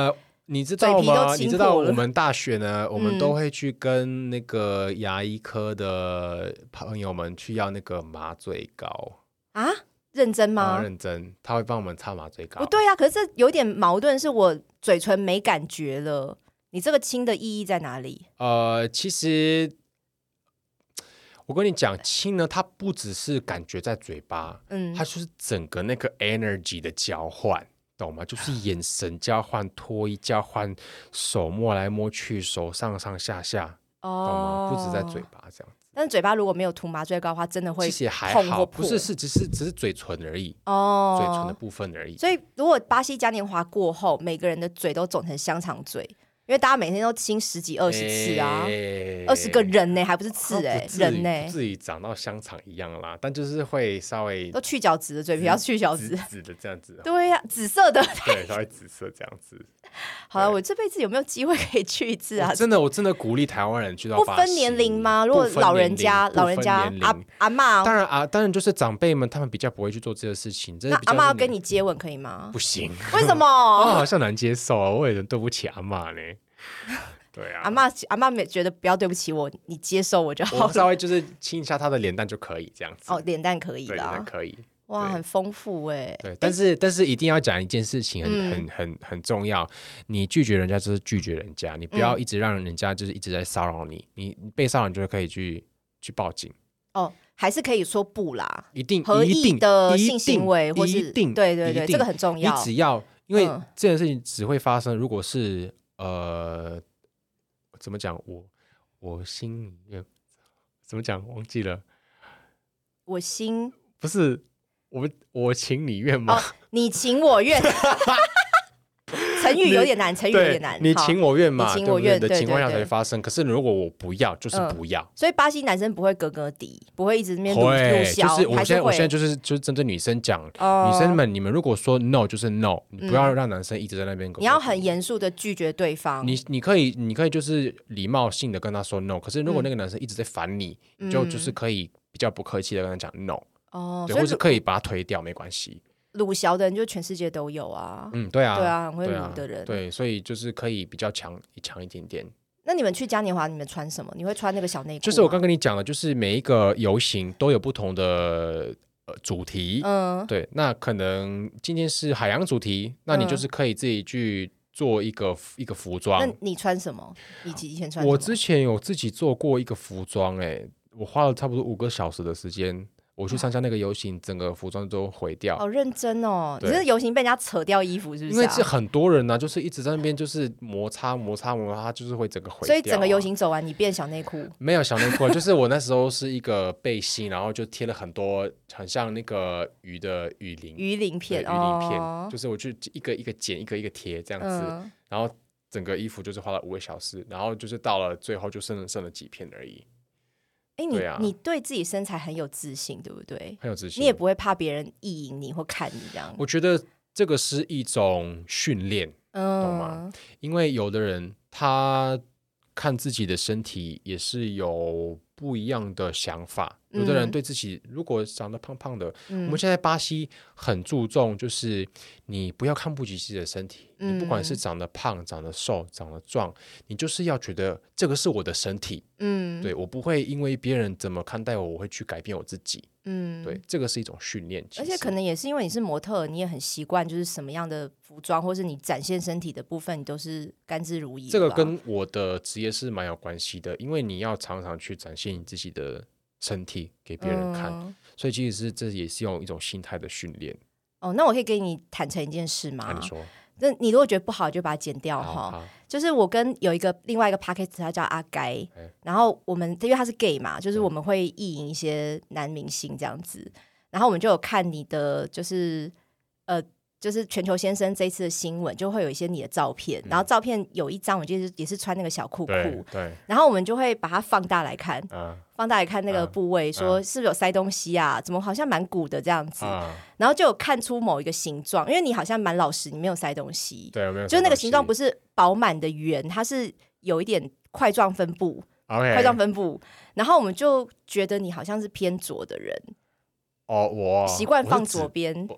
你知道吗？你知道我们大学呢，我们都会去跟那个牙医科的朋友们去要那个麻醉膏啊？认真吗？ 啊、认真，他会帮我们擦麻醉膏。 不对啊，可是这有点矛盾，是我嘴唇没感觉了，你这个亲的意义在哪里？ 呃，其实我跟你讲，亲呢，它不只是感觉在嘴巴，嗯，它就是整个那个 energy 的交换。懂吗？就是眼神交换、脱衣交换、手摸来摸去、手上上下下，哦、懂吗？不止在嘴巴这样子。 但是嘴巴如果没有涂麻醉膏的话，真的会其实也还好，不是是只是只是嘴唇而已，哦，嘴唇的部分而已。 所以如果巴西嘉年华过后，每个人的嘴都肿成香肠嘴。因为大家每天都亲十几二十次啊，二十、欸、个人呢、欸，还不是次哎、欸，人呢、欸， 自己长到香肠一样啦，但就是会稍微都去角质的嘴皮要去角质， 紫的这样子， 对呀、啊，紫色的， 对，稍微紫色这样子。 好了，我这辈子有没有机会可以去一次啊？ 真的，我真的鼓励台湾人去到巴西。 不分年龄吗？如果老人家，老人家阿阿嬷， 当然啊，当然就是长辈们，他们比较不会去做这个事情。 那阿嬷要跟你接吻可以吗？ 不行， 为什么？ 我好像难接受啊，我有点对不起阿嬷呢。对啊， 阿嬷阿嬷觉得不要对不起我，你接受我就好了。 我稍微就是亲一下她的脸蛋就可以这样子。 哦，脸蛋可以啦， 脸蛋可以。 哇，很丰富哎、欸。 对，但是但是一定要讲一件事情很，很、嗯、很很很重要。你拒绝人家就是拒绝人家，你不要一直让人家就是一直在骚扰你。嗯、你被骚扰，你就可以去去报警。 哦，还是可以说不啦， 一定合意的性行为，或是一定对对对，这个很重要。 你只要因为这件事情只会发生，如果是呃。怎么讲？我我心里面怎么讲？忘记了。 我心不是我我情你愿吗？ 哦、你情我愿。成语有点难，成语有点难。 你情我愿嘛？ 你情我愿的情况下才会发生。可是如果我不要，就是不要。嗯、 所以巴西男生不会格格底，不会一直面露露笑。 就是我现在我现在就是就是针对女生讲，哦、女生们你们如果说 no 就是 no， 你不要让男生一直在那边格格底。 你要很严肃的拒绝对方。 你你可以你可以就是礼貌性的跟他说 no， 可是如果那个男生一直在烦你，嗯、你就就是可以比较不客气的跟他讲 no，哦，对，或是可以把他推掉，没关系。 鲁小的人就全世界都有啊， 嗯，对啊， 对啊，很会鲁的人， 对，所以就是可以比较强强一点点。 那你们去嘉年华，你们穿什么？你会穿那个小内裤？ 就是我刚跟你讲的，就是每一个游行都有不同的呃主题，嗯，对。那可能今天是海洋主题，那你就是可以自己去做一个、嗯、一个服装。 那你穿什么？你以前穿什么？ 我之前有自己做过一个服装、欸，哎，我花了差不多五个小时的时间。我去参加那个游行，整个服装都毁掉。 好认真哦！你这游行被人家扯掉衣服是不是、啊？ 因为是很多人啊，就是一直在那边就是摩擦摩擦摩擦，就是会整个毁掉、啊。 所以整个游行走完，你变小内裤？ 没有小内裤，就是我那时候是一个背心，然后就贴了很多很像那个鱼的鱼鳞鱼鳞片， 鱼鳞片，哦、就是我去一个一个剪，一个一个贴这样子，嗯、然后整个衣服就是花了五个小时，然后就是到了最后就剩了剩了几片而已。 哎，你对、啊、你对自己身材很有自信，对不对？ 很有自信， 你也不会怕別人意淫你或看你這樣。 我覺得這個是一種訓練，嗯、懂嗎？因為有的人他看自己的身體也是有不一樣的想法。有的人對自己如果長得胖胖的，嗯、我們現在巴西很注重，就是你不要看不起自己的身體，嗯、你不管是長得胖、長得瘦、長得壯，你就是要覺得這個是我的身體，嗯，對，我不會因為別人怎麼看待我，我會去改變我自己，嗯，對，這個是一種訓練。 而且可能也是因為你是模特，你也很習慣，就是什麼樣的服裝，或是你展現身體的部分，你都是甘之如飴。 這個跟我的職業是蠻有關係的，因為你要常常去展現你自己的身體給別人看，嗯、所以其實是這也是用一種心態的訓練。 哦，那我可以跟你坦誠一件事嗎？ 啊、你說。 那你如果覺得不好，就把它剪掉哈。就是我跟有一個另外一個 podcast， 他叫阿該，欸、然後我們因為他是 gay 嘛，就是我們會意淫一些男明星這樣子，然後我們就有看你的就是呃。就是全球先生這一次的新聞就會有一些你的照片，嗯、然後照片有一張我記得也是穿那個小褲褲，對，然後我們就會把它放大來看，啊、放大來看那個部位，說是不是有塞東西啊？怎麼好像蠻鼓的這樣子，啊、然後就有看出某一個形狀，因為你好像蠻老實，你沒有塞東西，對，沒有，就是那個形狀不是飽滿的圓，它是有一點塊狀分布， Okay. 塊狀分布，然後我們就覺得你好像是偏左的人， 哦，我習慣放左邊。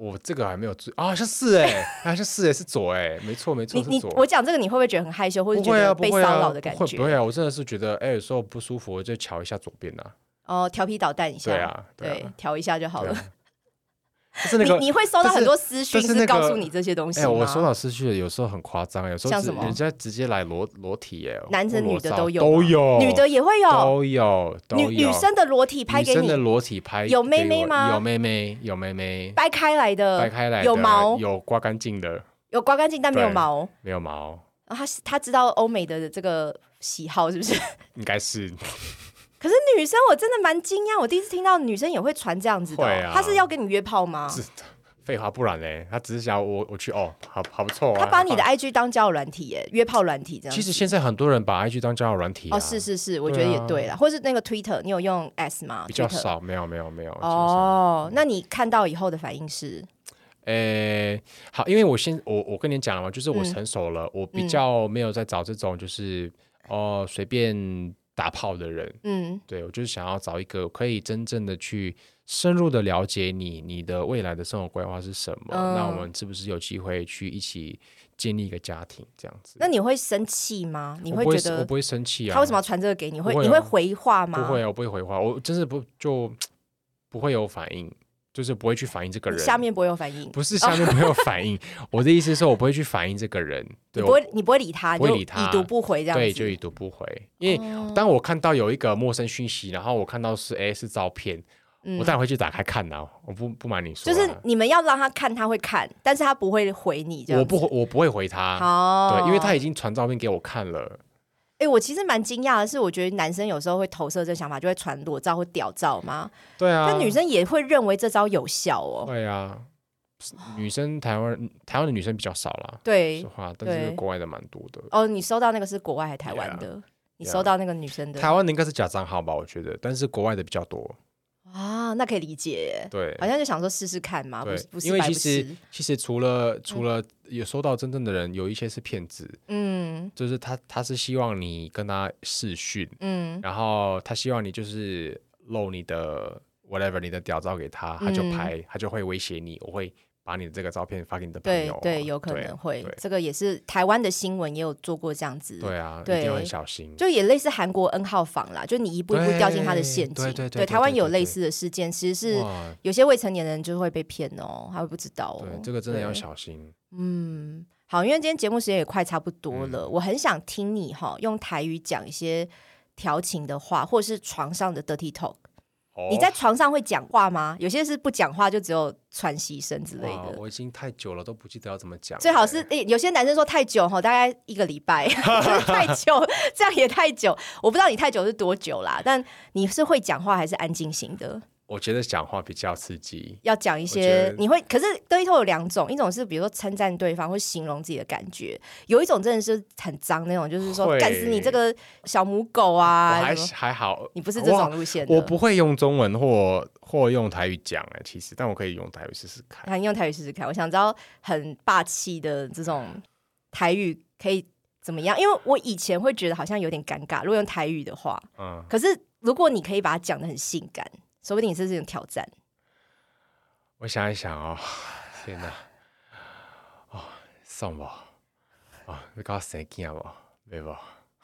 我这个还没有注意啊，好像是哎、欸，好像是哎、欸，是左哎、欸，没错没错， 你你我讲这个你会不会觉得很害羞，或者觉得被骚扰的感觉？ 不会啊，不会不会啊，我真的是觉得哎、欸，有时候不舒服我就瞧一下左边啊。 哦，调皮捣蛋一下， 对啊，对啊， 对，调一下就好了。 是那个、 你你会收到很多私讯，是告诉你这些东西吗？ 哎、欸，我收到私讯的有时候很夸张，有时候像什么人家直接来裸裸体哎、欸， 男生女的都有， 都有， 女的也会有， 都有，都有。 女女生的裸体拍给你， 女生的裸体拍有妹妹吗？ 有妹妹，有妹妹， 掰开来的， 掰开来的， 有毛， 有刮干净的， 有刮干净但没有毛， 没有毛。 然后他他知道欧美的这个喜好是不是？ 应该是。 可是女生我真的蛮惊讶，我第一次听到女生也会传这样子的、哦。 会啊， 他是要跟你约炮吗？ 是的，废话不然嘞，他只是想我我去哦，好好不错啊。 他把你的 I G 当交友软体耶，约炮软体这样。 其实现在很多人把 I G 当交友软体、啊、 哦，是是是，我觉得也对啦。啊、或是那个 Twitter， 你有用 S 吗？ 比较少，没有没有没有。 哦，那你看到以后的反应是？ 诶、欸，好，因为我先我我跟你讲了嘛，就是我成熟了，嗯、我比较没有在找这种就是哦随便打炮的人，嗯，对我就是想要找一个可以真正的去深入的了解你，你的未来的生活规划是什么、嗯，那我们是不是有机会去一起建立一个家庭这样子？ 那你会生气吗？你会觉得我不会生气啊？ 他为什么要传这个给你？会、 啊、 你会回话吗？ 不会啊，我不会回话，我真是不就不会有反应。就是不会去反应这个人， 下面不会有反应， 不是下面不会有反应。哦、我的意思是说，我不会去反应这个人， 你不会，你不会理他， 不会理他， 已读不回这样子， 对，就已读不回。因为当我看到有一个陌生讯息，然后我看到是哎是照片，嗯、我当然会去打开看啊。我不不瞒你说、啊， 就是你们要让他看，他会看，但是他不会回你这样子。 我不，我不会回他。 哦， 对，因为他已经传照片给我看了。 哎、欸，我其实蛮惊讶的是，我觉得男生有时候会投射这想法，就会传裸照或屌照嘛。 对啊， 但女生也会认为这招有效哦。 对啊，女生台湾台湾的女生比较少啦， 对， 实话，但是国外的蛮多的。 哦，你收到那个是国外还是台湾的？ Yeah, 你收到那个女生的？ 台湾的应该是假账号吧，我觉得，但是国外的比较多。 啊，那可以理解。 对， 好像就想说试试看嘛， 对， 不是因为其实其实除了除了有收到真正的人，有一些是骗子，嗯，就是他他是希望你跟他视讯，嗯，然后他希望你就是露你的 whatever 你的屌照给他，他就拍，嗯、他就会威胁你，我会把你的这个照片发给你的朋友、啊， 对对，有可能会，这个也是台湾的新闻也有做过这样子， 对啊，对，一定要很小心， 就也类似韩国 N 号房啦，就你一步一步掉进他的陷阱， 对对 对, 对，台湾也有类似的事件，其实是有些未成年人就会被骗哦，他会不知道哦， 对，这个真的要小心。 嗯，好，因为今天节目时间也快差不多了，嗯、我很想听你哈用台语讲一些调情的话，或者是床上的 dirty talk。Oh. 你在床上会讲话吗？有些是不讲话，就只有喘息声之类的。 我已经太久了，都不记得要怎么讲。 最好是、欸、有些男生说太久，大概一个礼拜，太久，这样也太久。我不知道你太久是多久啦，但你是会讲话还是安静型的？ 我觉得讲话比较刺激， 要讲一些你会，可是dirty talk有两种，一种是比如说称赞对方或形容自己的感觉，有一种真的是很脏那种，就是说干死你这个小母狗啊。 我还还好， 你不是这种路线的。 我, 我不会用中文或或用台语讲哎、欸，其实，但我可以用台语试试看。 那你用台语试试看，我想知道很霸气的这种台语可以怎么样？因为我以前会觉得好像有点尴尬，如果用台语的话，嗯，可是如果你可以把它讲得很性感。说不定是这种挑战。 我想一想哦，天哪！哦，送吧，哦，你搞我生气不？没不？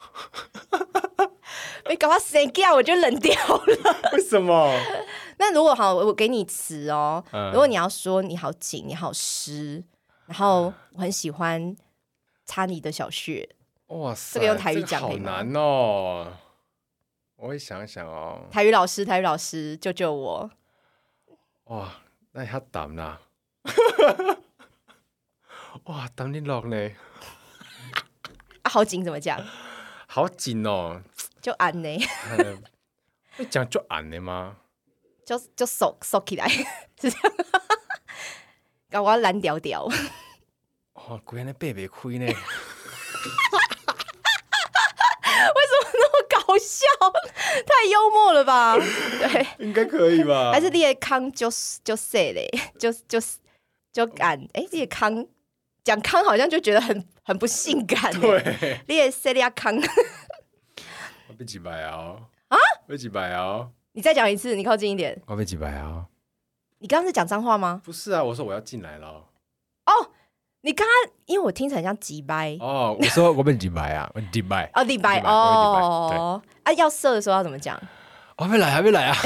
被搞我生气，我就冷掉了。 为什么？ 那如果好，我给你词哦、嗯。如果你要说你好紧，你好湿，然后我很喜欢擦你的小穴。 哇塞， 这个用台语讲好难哦。我会想想哦， 台语老师，台语老师，救救我！ 哇，那遐淡啦！哇，淡你落呢？ 啊，好紧怎么讲？ 好紧哦， 就按呢？ 会讲就按的吗？ 就就收收起来，是这样。搞我蓝调调。 哦，规个背袂开呢。 为什么那么搞笑？太幽默了吧？对， 应该可以吧？ 还是你的康就就细嘞，就就就敢哎，你的康讲康好像就觉得很很不性感。 对， 你的细粒康， 我被几百啊？ 啊？ 被几百啊？ 你再讲一次，你靠近一点。 我被几百啊？ 你刚刚是讲脏话吗？ 不是啊，我说我要进来了。 哦，你刚刚因为我听起来像鸡掰哦，我说我们鸡掰啊，我鸡掰哦，鸡掰哦，啊，要射的时候要怎么讲？ 还没来，还没来啊！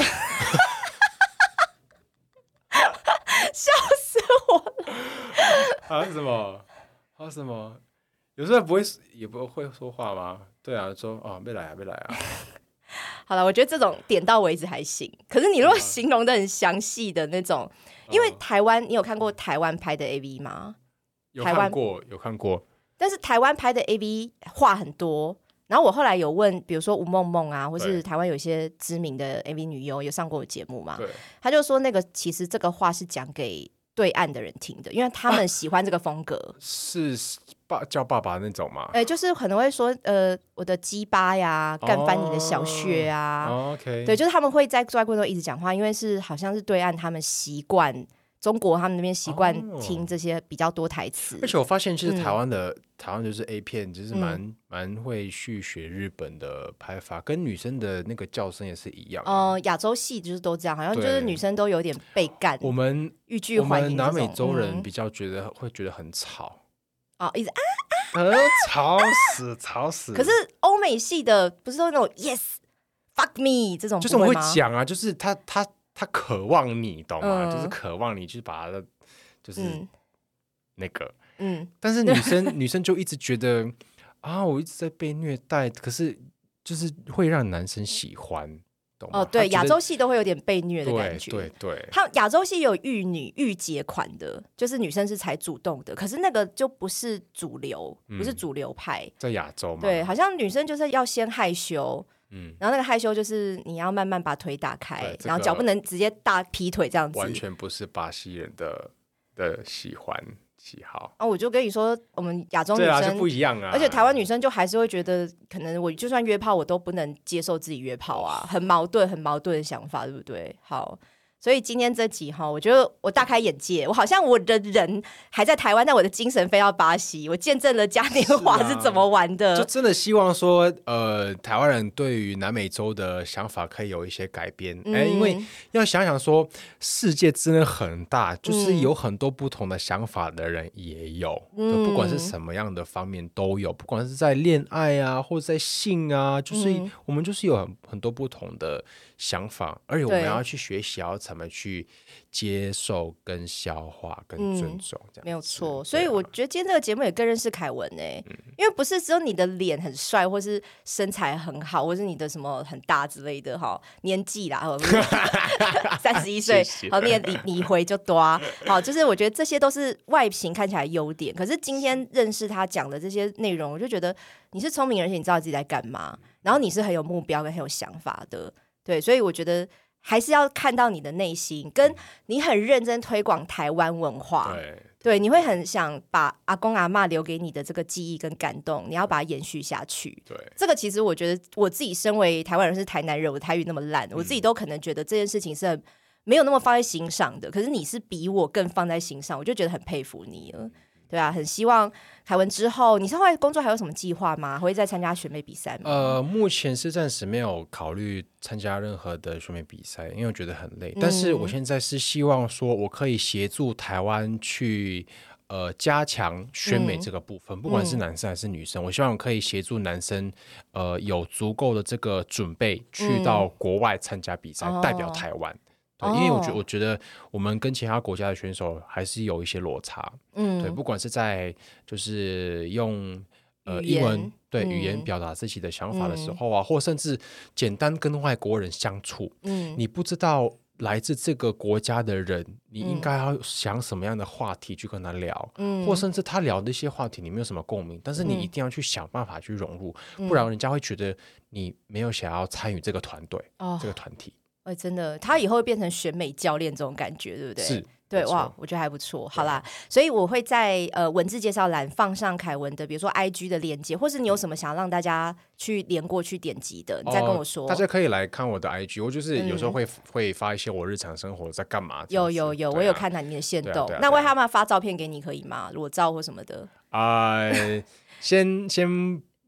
笑死我了！ 还有什么？还有什么？有时候不会也不会说话吗？对啊，说哦，没来啊，没来啊。 好了，我觉得这种点到为止还行。可是你如果形容的很详细的那种，因为台湾，你有看过台湾拍的 A V 吗？ 有看过，有看过。 但是台湾拍的 A V 话很多。然后我后来有问，比如说吴梦梦啊，或是台湾有一些知名的 A V 女优有上过我节目嘛？对，他就说那个其实这个话是讲给对岸的人听的，因为他们喜欢这个风格。啊、 是爸叫爸爸那种吗？ 哎、欸，就是可能会说呃我的鸡巴呀，干翻你的小穴啊。 哦、OK， 对，就是他们会在做爱过程中一直讲话，因为是好像是对岸他们习惯。中国他们那边习惯听这些比较多台词、哦， 而且我发现其实台湾的、嗯、台湾就是 A 片，就是蛮蛮、嗯、会去学日本的拍法，跟女生的那个叫声也是一样。 呃，亚洲系就是都这样，好像就是女生都有点被干。 我们欲拒还迎， 我们南美洲人比较觉得、嗯、会觉得很吵， 哦，一直啊啊， 啊吵死吵死。 可是欧美系的不是都那种 yes fuck me 这种， 就是我会讲啊，就是他他。他渴望你懂吗、嗯、就是渴望你去把他就是那个 嗯, 嗯但是女生女生就一直觉得啊我一直在被虐待，可是就是会让男生喜欢懂吗？ 哦对，亚洲系都会有点被虐的感觉。 对对对， 他亚洲系有御女御姐款的，就是女生是才主动的，可是那个就不是主流、嗯、不是主流派在亚洲嘛。 对，好像女生就是要先害羞，嗯，然后那个害羞就是你要慢慢把腿打开，然后脚不能直接大劈腿这样子， 完全不是巴西人的的喜欢喜好啊！我就跟你说，我们亚洲女生、 啊、就不一样啊， 而且台湾女生就还是会觉得，可能我就算约炮，我都不能接受自己约炮啊，很矛盾，很矛盾的想法，对不对？好。所以今天这集哈，我觉得我大开眼界，我好像我的人还在台湾，但我的精神飞到巴西，我见证了嘉年华是怎么玩的。 啊、就真的希望说，呃，台湾人对于南美洲的想法可以有一些改变。哎、嗯，因为要想想说，世界真的很大，就是有很多不同的想法的人也有，嗯、就不管是什么样的方面都有，不管是在恋爱啊，或者在性啊，就是、嗯、我们就是有很很多不同的想法，而且我们要去学习，要怎么去接受、跟消化、跟尊重，这样、嗯、 没有错。所以我觉得今天这个节目也更认识凯文哎、欸嗯，因为不是只有你的脸很帅，或是身材很好，或是你的什么很大之类的哈，年纪啦，三十一岁，好，你也你你回就多好，就是我觉得这些都是外形看起来优点。可是今天认识他讲的这些内容，我就觉得你是聪明人，而且你知道自己在干嘛，然后你是很有目标跟很有想法的。对，所以我觉得还是要看到你的内心，跟你很认真推广台湾文化。对，对，你会很想把阿公阿嬷留给你的这个记忆跟感动，你要把它延续下去。对，这个其实我觉得我自己身为台湾人，是台南人，我台语那么烂、嗯，我自己都可能觉得这件事情是很没有那么放在心上的。可是你是比我更放在心上，我就觉得很佩服你了。对啊，很希望凯文之后，你后来工作还有什么计划吗？会再参加选美比赛吗？ 呃，目前是暂时没有考虑参加任何的选美比赛，因为我觉得很累。嗯、但是我现在是希望说，我可以协助台湾去呃加强选美这个部分、嗯，不管是男生还是女生，我希望可以协助男生呃有足够的这个准备，去到国外参加比赛，嗯、代表台湾。对，因为我觉得，我觉得我们跟其他国家的选手还是有一些落差，嗯，对，不管是在就是用呃英文对、嗯、语言表达自己的想法的时候啊，嗯、或甚至简单跟外国人相处，嗯，你不知道来自这个国家的人，你应该要想什么样的话题去跟他聊，嗯，或甚至他聊的一些话题你没有什么共鸣，但是你一定要去想办法去融入，嗯、不然人家会觉得你没有想要参与这个团队、哦、这个团体。 哎，真的，他以后会变成选美教练这种感觉，对不对？ 是， 对，哇，我觉得还不错。好啦，所以我会在呃文字介绍栏放上凯文的，比如说 I G 的链接，或是你有什么想要让大家去连过去点击的，你再跟我说。 哦、大家可以来看我的 I G， 我就是有时候会、嗯、会发一些我日常生活在干嘛。 有有有、啊，我有看到你的限动。啊啊啊、那为他们发照片给你可以吗？裸照或什么的？ 呃，先先。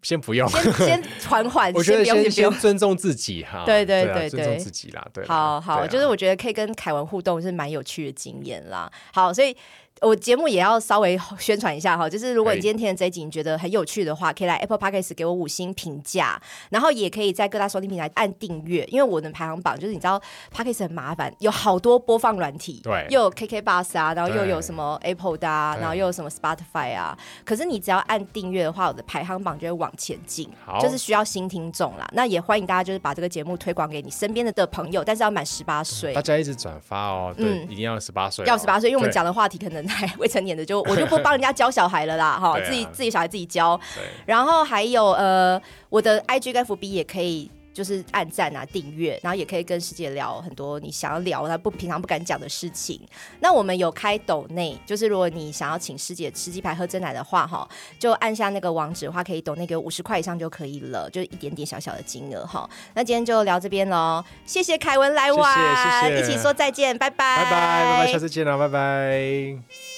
先不用， 先先缓缓， 我觉得先先尊重自己哈。 对对对 对, 对， 尊重自己啦。对， 好好、 啊， 就是我觉得可以跟凯文互动是蛮有趣的经验啦。好，所以我节目也要稍微宣传一下哈，就是如果你今天听的这一集你觉得很有趣的话，可以来 Apple Podcast 给我五星评价，然后也可以在各大收听平台按订阅，因为我的排行榜就是你知道 Podcast 很麻烦，有好多播放软体， 对， 又有 K K Bus 啊，然后又有什么 Apple 的啊，然后又有什么 Spotify 啊，可是你只要按订阅的话，我的排行榜就会往前进，就是需要新听众啦。那也欢迎大家就是把这个节目推广给你身边的的朋友，但是要满十八岁， 大家一直转发哦，对，嗯、一定要十八岁， 要十八岁，因为我们讲的话题可能还未成年的。就我就不帮人家教小孩了啦，哈、啊，自己自己小孩自己教。然后还有呃，我的 I G 跟 F B 也可以，就是按赞啊、订阅，然后也可以跟师姐聊很多你想要聊他不平常不敢讲的事情。那我们有开抖内，就是如果你想要请师姐吃鸡排喝珍奶的话，哈，就按下那个网址的话，可以抖内给五十块以上就可以了，就一点点小小的金额哈。那今天就聊这边喽，谢谢凯文来玩， 谢谢谢谢， 一起说再见，拜拜， 拜拜拜拜，下次见了，拜拜。